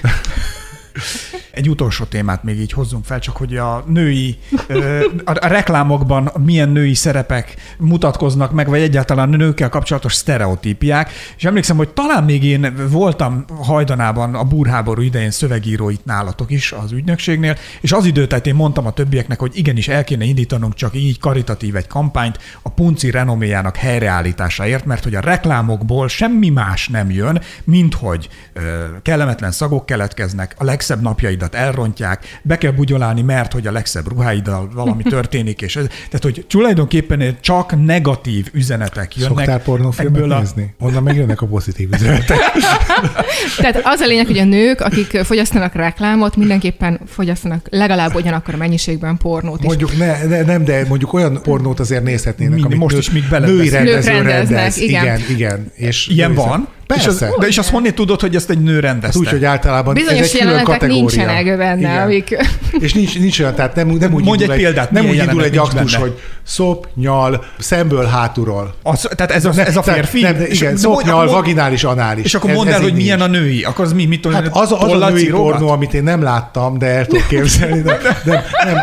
Egy utolsó témát még így hozzunk fel, csak hogy a női, a reklámokban milyen női szerepek mutatkoznak meg, vagy egyáltalán a nőkkel kapcsolatos sztereotípiák. És emlékszem, hogy talán még én voltam hajdanában a burháború idején szövegíró itt nálatok is az ügynökségnél, és az időt én mondtam a többieknek, hogy igenis el kéne indítanunk csak így karitatív egy kampányt a punci renoméjának helyreállításáért, mert hogy a reklámokból semmi más nem jön, mint hogy kellemetlen szagok keletkeznek, a legszebb napjaidat elrontják, be kell bugyolálni, mert hogy a legszebb ruháiddal valami történik, és tehát, hogy tulajdonképpen csak negatív üzenetek jönnek. Szoktál pornófilmet nézni? Onnan megjönnek a pozitív üzenetek. Tehát az a lényeg, hogy a nők, akik fogyasztanak reklámot, mindenképpen fogyasztanak legalább ugyanakkor a mennyiségben pornót is. Mondjuk nem, de mondjuk olyan pornót azért nézhetnének, amit most is még női rendező rendez. Igen. És ilyen van? Persze. És azt honnan tudod, hogy ezt egy nő rendezte? Úgy, hogy általában bizonyos ez egy külön kategória. Nincsenek benne, amik... És nincs olyan, tehát nem úgy indul egy aktus, hogy szop, nyal, szemből, hátulról. Tehát ez a férfi? Igen, szop, nyal, vaginális, anális. És akkor mondd el, hogy milyen a női. Akkor az mit tudom, hát az a női pornó, amit én nem láttam, de el tudom képzelni. Nem.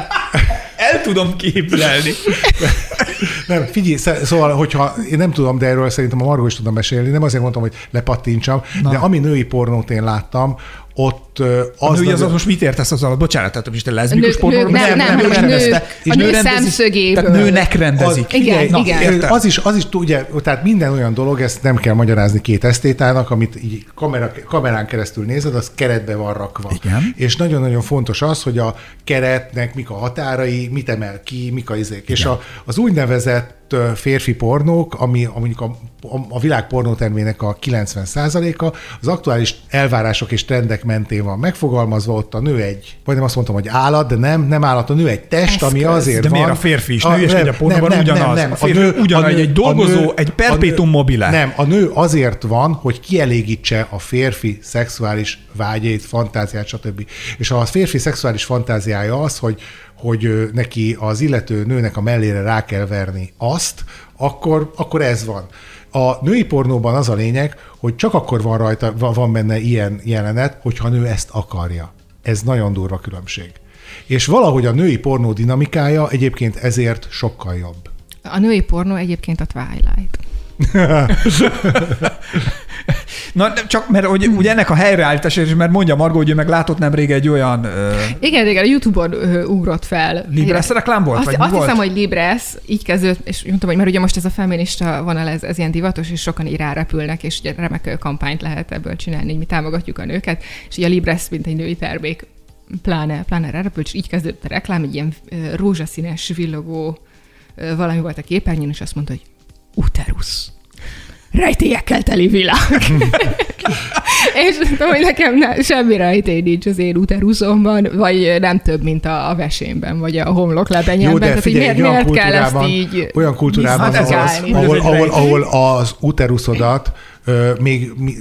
El tudom képzelni. Nem, figyelj, szóval, hogyha én nem tudom, de erről szerintem a Margó is tudom mesélni, nem azért mondtam, hogy lepattintsam, de ami női pornót én láttam, ott az... A női az most mit értesz az alatt? Bocsánat, tehát most egy leszbikus pornóról? Nem, a nő szemszögéből. Tehát nőnek rendezik. Igen. Az is ugye, tehát minden olyan dolog, ezt nem kell magyarázni két esztétának, amit így kamerán keresztül nézed, az keretbe van rakva. Igen. És nagyon-nagyon fontos az, hogy a keretnek mik a határai, mit emel ki, mik a izék. És az úgynevezett férfi pornók, ami mondjuk a világ pornótermének a 90%-a, az aktuális elvárások és trendek mentén van megfogalmazva, ott a nő vagy nem azt mondtam, hogy állat, de nem állat, a nő egy test, ami azért van. De miért a férfi is nő, és egy a pornóban ugyanaz? Nem. A férfi ugyanaz, egy dolgozó, egy perpetuum mobile. Nem, a nő azért van, hogy kielégítse a férfi szexuális vágyait, fantáziát, stb. És ha a férfi szexuális fantáziája az, hogy neki az illető nőnek a mellére rá kell verni azt, akkor ez van. A női pornóban az a lényeg, hogy csak akkor van benne ilyen jelenet, hogyha a nő ezt akarja. Ez nagyon durva különbség. És valahogy a női pornó dinamikája egyébként ezért sokkal jobb. A női pornó egyébként a Twilight. Na, csak mert ugye ennek a helyreállítása, és mert mondja Margó, hogy ő meg látott nemrég egy olyan... Igen, a YouTube-on ugrott fel. Libres reklám volt? Azt hiszem, hogy Libres, így kezdődött, és mondtam, hogy mert ugye most ez a feminista vonal, ez ilyen divatos, és sokan így rárepülnek, és ugye remek kampányt lehet ebből csinálni, mi támogatjuk a nőket, és ugye a Libres, mint egy női termék, pláne rárepült, és így kezdődött a reklám, egy ilyen rózsaszínes, villogó valami volt a képernyőn, és azt mondta, hogy uterus. Rejtélyekkel teli világ. És tudom, hogy nekem semmi rejtély nincs az én uteruszomban, vagy nem több, mint a vesémben, vagy a homloklebenyemben. Tehát, figyelj, miért kell ezt így olyan kultúrában, ahol az uteruszodat még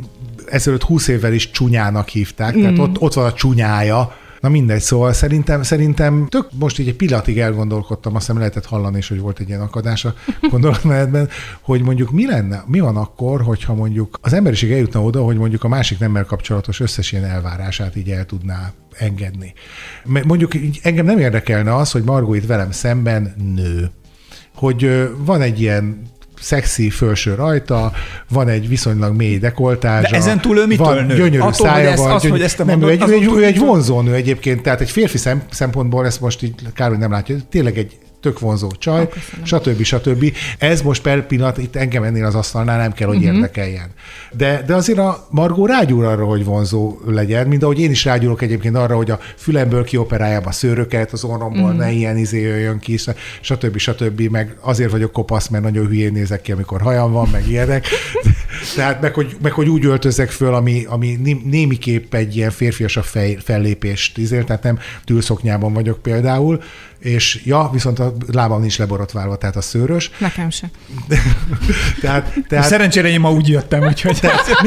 ezelőtt 20 évvel is csúnyának hívták, tehát ott van a csúnyája. Na mindegy, szóval szerintem tök most így egy pillanatig elgondolkodtam, azt hiszem lehetett hallani is, hogy volt egy ilyen akadás a gondolatmenetben, hogy mondjuk mi van akkor, hogyha mondjuk az emberiség eljutna oda, hogy mondjuk a másik nemmel kapcsolatos összes ilyen elvárását így el tudná engedni. Mondjuk engem nem érdekelne az, hogy Margó itt velem szemben nő. Hogy van egy ilyen szexi felső rajta, van egy viszonylag mély dekoltázsa. De ezen túl ő mitől nő? Gyönyörű attól, szája van. Ő egy vonzó nő egyébként, tehát egy férfi szempontból ezt most így kár, hogy nem látja, tényleg egy tök vonzó csaj, stb. Ez most per pillanat itt engem ennél az asztalnál nem kell, hogy érdekeljen. De azért a Margó rágyúr arra, hogy vonzó legyen, mint ahogy én is rágyúrok egyébként arra, hogy a fülemből kioperáljam a szőröket, az orromból ne ilyen jöjjön ki, stb. Meg azért vagyok kopasz, mert nagyon hülyén nézek ki, amikor hajam van, meg ilyenek. Tehát meg hogy úgy öltözek föl, ami némiképp egy ilyen férfiasabb fellépést tehát nem tűlszoknyában vagyok például, és viszont a lábam nincs leborotválva, tehát a szőrös. Nekem se. Tehát szerencsére én ma úgy jöttem, úgyhogy...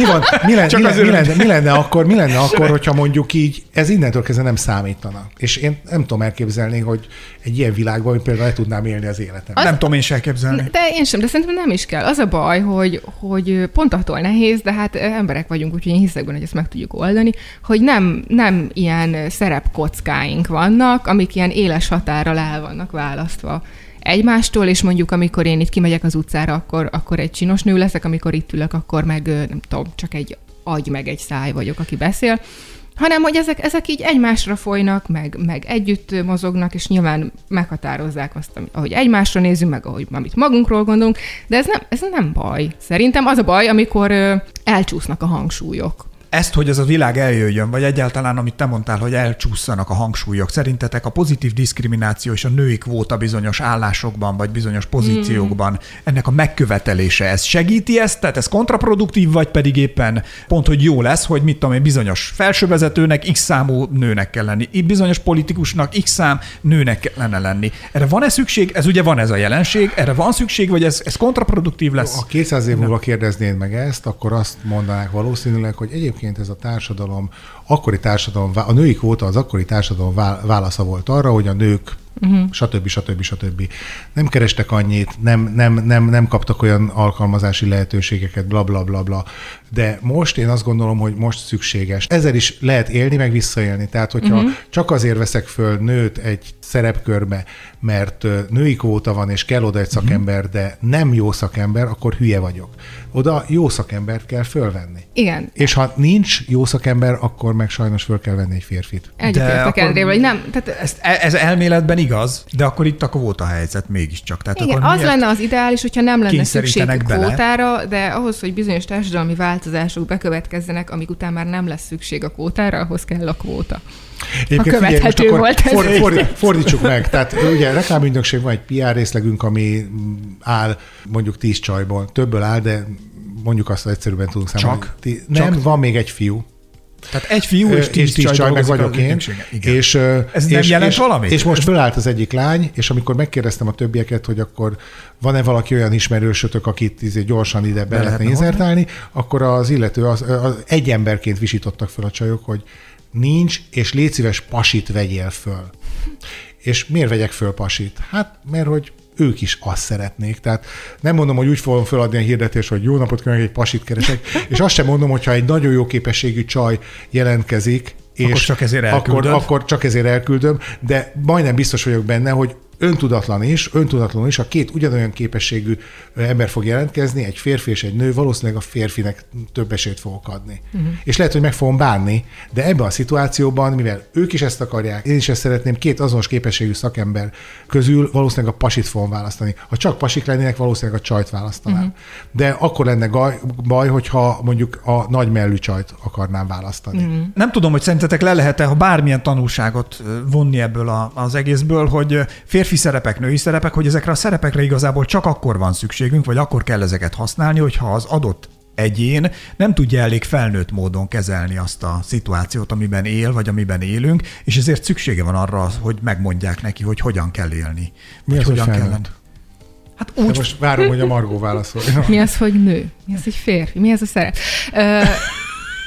Mi lenne akkor, hogyha mondjuk így ez innentől kezdve nem számítana. És én nem tudom elképzelni, hogy egy ilyen világban, hogy például le tudnám élni az életem. Nem tudom én se elképzelni. De én sem, de szerintem nem is kell. Az a baj, hogy pont attól nehéz, de hát emberek vagyunk, úgyhogy én hiszek benne, hogy ezt meg tudjuk oldani, hogy nem ilyen szerepkockáink vannak, amik ilyen éles határral el vannak választva egymástól, és mondjuk amikor én itt kimegyek az utcára, akkor egy csinos nő leszek, amikor itt ülök, akkor meg nem tudom, csak egy agy, meg egy száj vagyok, aki beszél, hanem hogy ezek így egymásra folynak, meg együtt mozognak, és nyilván meghatározzák azt, ahogy egymásra nézünk, meg amit magunkról gondolunk, de ez nem baj. Szerintem az a baj, amikor elcsúsznak a hangsúlyok. Ezt, hogy ez a világ eljöjjön, vagy egyáltalán, amit te mondtál, hogy elcsúszanak a hangsúlyok, szerintetek a pozitív diszkrimináció és a női kvóta bizonyos állásokban, vagy bizonyos pozíciókban, ennek a megkövetelése, ez segíti ezt? Tehát ez kontraproduktív, vagy pedig éppen pont, hogy jó lesz, hogy mit tudom én, bizonyos felsővezetőnek X számú nőnek kell lenni, bizonyos politikusnak X szám nőnek kellene lenni. Erre van-e szükség? Ez ugye van ez a jelenség, erre van szükség, vagy ez kontraproduktív lesz? Ha 200 év múlva kérdeznéd meg ezt, akkor azt mondanák valószínűleg, hogy egyébként ez a társadalom, a női kvóta az akkori társadalom válasza volt arra, hogy a nők stb. Nem kerestek annyit, nem kaptak olyan alkalmazási lehetőségeket, bla. De most én azt gondolom, hogy most szükséges. Ezzel is lehet élni, meg visszaélni. Tehát, hogyha csak azért veszek föl nőt egy szerepkörbe, mert női kvóta van, és kell oda egy szakember, de nem jó szakember, akkor hülye vagyok. Oda jó szakembert kell fölvenni. Igen. És ha nincs jó szakember, akkor meg sajnos föl kell venni egy férfit. Egyetértek Endrével, hogy nem. Tehát... Ez elméletben igaz, de akkor itt a kvóta helyzet mégiscsak. Tehát igen, akkor az lenne az ideális, hogyha nem lenne szükség bele? Kvótára, de ahhoz, hogy bizonyos társadalmi változások bekövetkezzenek, amik után már nem lesz szükség a kvótára, ahhoz kell a kvóta. Egyébként követhető volt ez. Fordítsuk meg. Tehát ugye reklámügynökség van egy PR részlegünk, ami áll mondjuk 10 csajból. Többből áll, de mondjuk azt egyszerűen tudunk számolni. Nem, van még egy fiú. Tehát egy fiú és 10 csaj meg vagyok én. És, ez nem jelent valamit? És most fölállt az egyik lány, és amikor megkérdeztem a többieket, hogy akkor van-e valaki olyan ismerősötök, akit gyorsan ide be lehetne inzertálni, akkor az illető az egy emberként visítottak föl a csajok, hogy nincs, és légy szíves, pasit vegyél föl. És miért vegyek föl pasit? Hát, mert hogy ők is azt szeretnék. Tehát nem mondom, hogy úgy fogom feladni a hirdetést, hogy jó napot kívánok, egy pasit keresek, és azt sem mondom, hogyha egy nagyon jó képességű csaj jelentkezik, és akkor csak ezért elküldöm, de majdnem biztos vagyok benne, hogy öntudatlanul is, ha két ugyanolyan képességű ember fog jelentkezni, egy férfi és egy nő, valószínűleg a férfinek több esélyt fogok adni. És lehet, hogy meg fogom bánni, de ebben a szituációban, mivel ők is ezt akarják, én is ezt szeretném, két azonos képességű szakember közül valószínűleg a pasit fogom választani. Ha csak pasik lennének, valószínűleg a csajt választanám. De akkor lenne baj, hogyha mondjuk a nagy mellű csajt akarnám választani. Nem tudom, hogy szerintetek le lehet-e, ha bármilyen tanulságot vonni ebből az egészből, hogy férfi szerepek, női szerepek, hogy ezekre a szerepekre igazából csak akkor van szükségünk, vagy akkor kell ezeket használni, hogyha az adott egyén nem tudja elég felnőtt módon kezelni azt a szituációt, amiben él, vagy amiben élünk, és ezért szüksége van arra, hogy megmondják neki, hogy hogyan kell élni. Mi az, hogyan hogy felnőtt? Hát úgy... most várom, hogy a Margó válaszol. Mi az, hogy nő? Mi az, hogy férfi? Mi ez a szerep?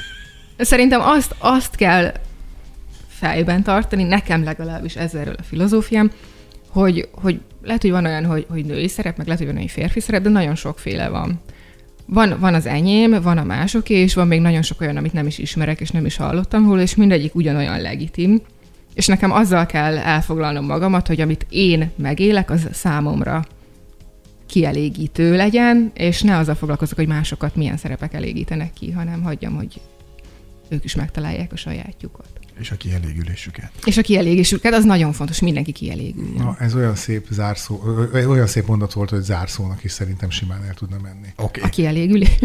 Szerintem azt kell fejben tartani, nekem legalábbis ezzel a filozófiám, hogy lehet, hogy van olyan, hogy női szerep, meg lehet, hogy van olyan férfi szerep, de nagyon sokféle van. Van az enyém, van a másoké, és van még nagyon sok olyan, amit nem is ismerek, és nem is hallottam róla, és mindegyik ugyanolyan legitim. És nekem azzal kell elfoglalnom magamat, hogy amit én megélek, az számomra kielégítő legyen, és ne azzal foglalkozok, hogy másokat milyen szerepek elégítenek ki, hanem hagyjam, hogy ők is megtalálják a sajátjukat. És a kielégülésüket. És a kielégésüket, az nagyon fontos, mindenki kielégüljön. Na, ez olyan szép zárszó, olyan szép mondat volt, hogy zárszónak is szerintem simán el tudna menni. Okay. A kielégülés.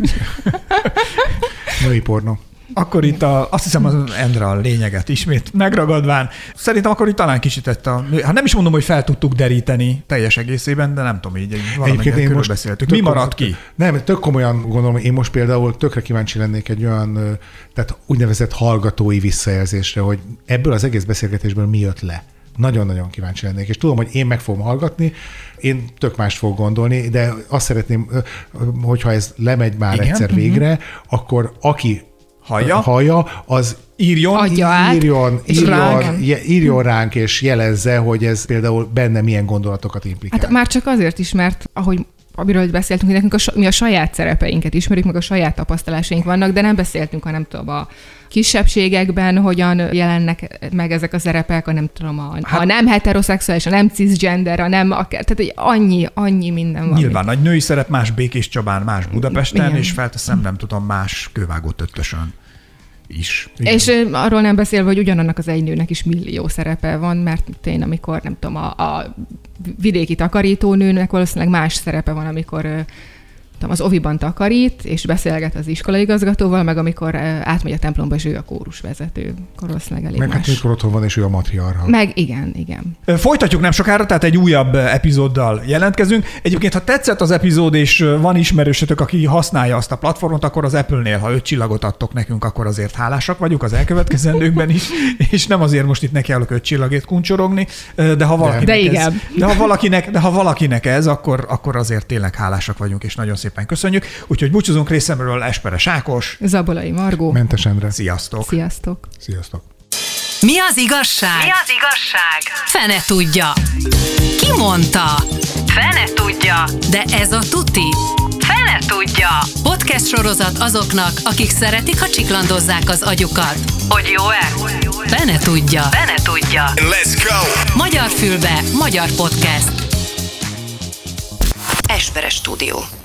Női pornó. Akkor itt azt hiszem az Endre a lényeget ismét megragadván. Szerintem akkor itt talán kicsit hát nem is mondom, hogy fel tudtuk deríteni teljes egészében, de nem tudom, így valamennyire körülbeszéltük. Mi maradt ki? Nem, tök komolyan gondolom, én most például tökre kíváncsi lennék egy olyan, tehát úgynevezett hallgatói visszajelzésre, hogy ebből az egész beszélgetésből mi jött le. Nagyon-nagyon kíváncsi lennék, és tudom, hogy én meg fogom hallgatni, én tök mást fogok gondolni, de azt szeretném, hogyha ez lemegy már egyszer végre, akkor aki hallja, az írjon ránk, és jelezze, hogy ez például benne milyen gondolatokat implikál. Hát már csak azért is, mert amiről beszéltünk, hogy nekünk mi a saját szerepeinket ismerjük, meg a saját tapasztalásaink vannak, de nem beszéltünk, hanem tudom, a kisebbségekben hogyan jelennek meg ezek a szerepek, a nem tudom, a nem heteroszexuális, a nem cisgender, tehát annyi minden van. Nyilván nagy női szerep, más Békés Csabán, más Budapesten, igen. És felteszem, nem tudom, más Kővágott Öttösön is. Igen. És arról nem beszélve, hogy ugyanannak az egy nőnek is millió szerepe van, mert én amikor, nem tudom, a vidéki takarítónőnek valószínűleg más szerepe van, amikor az oviban takarít, és beszélget az iskolaigazgatóval, meg amikor átmegy a templomba, és ő a kórusvezető. Akkor valószínűleg elég meg más. Hát mikor otthon van, és ő a matriarcha. Meg igen. Folytatjuk nem sokára, tehát egy újabb epizóddal jelentkezünk. Egyébként, ha tetszett az epizód, és van ismerősötök, aki használja azt a platformot, akkor az Apple-nél, ha 5 csillagot adtok nekünk, akkor azért hálásak vagyunk az elkövetkezendőkben is, és nem azért most itt nekiállok 5 csillagét kuncsorogni, de ha valakinek ez, akkor azért tényleg hálásak vagyunk, és nagyon szépen köszönjük. Úgyhogy búcsúzunk részemről Esperes Ákos, Zabolai Margó, Mentes Endre. Sziasztok! Sziasztok! Mi az igazság? Fene tudja. Ki mondta? Fene tudja. De ez a tuti? Fene tudja. Podcast sorozat azoknak, akik szeretik, ha csiklandozzák az agyukat. Hogy jó-e? Fene tudja. Let's go! Magyar fülbe, magyar podcast. Esperes Stúdió.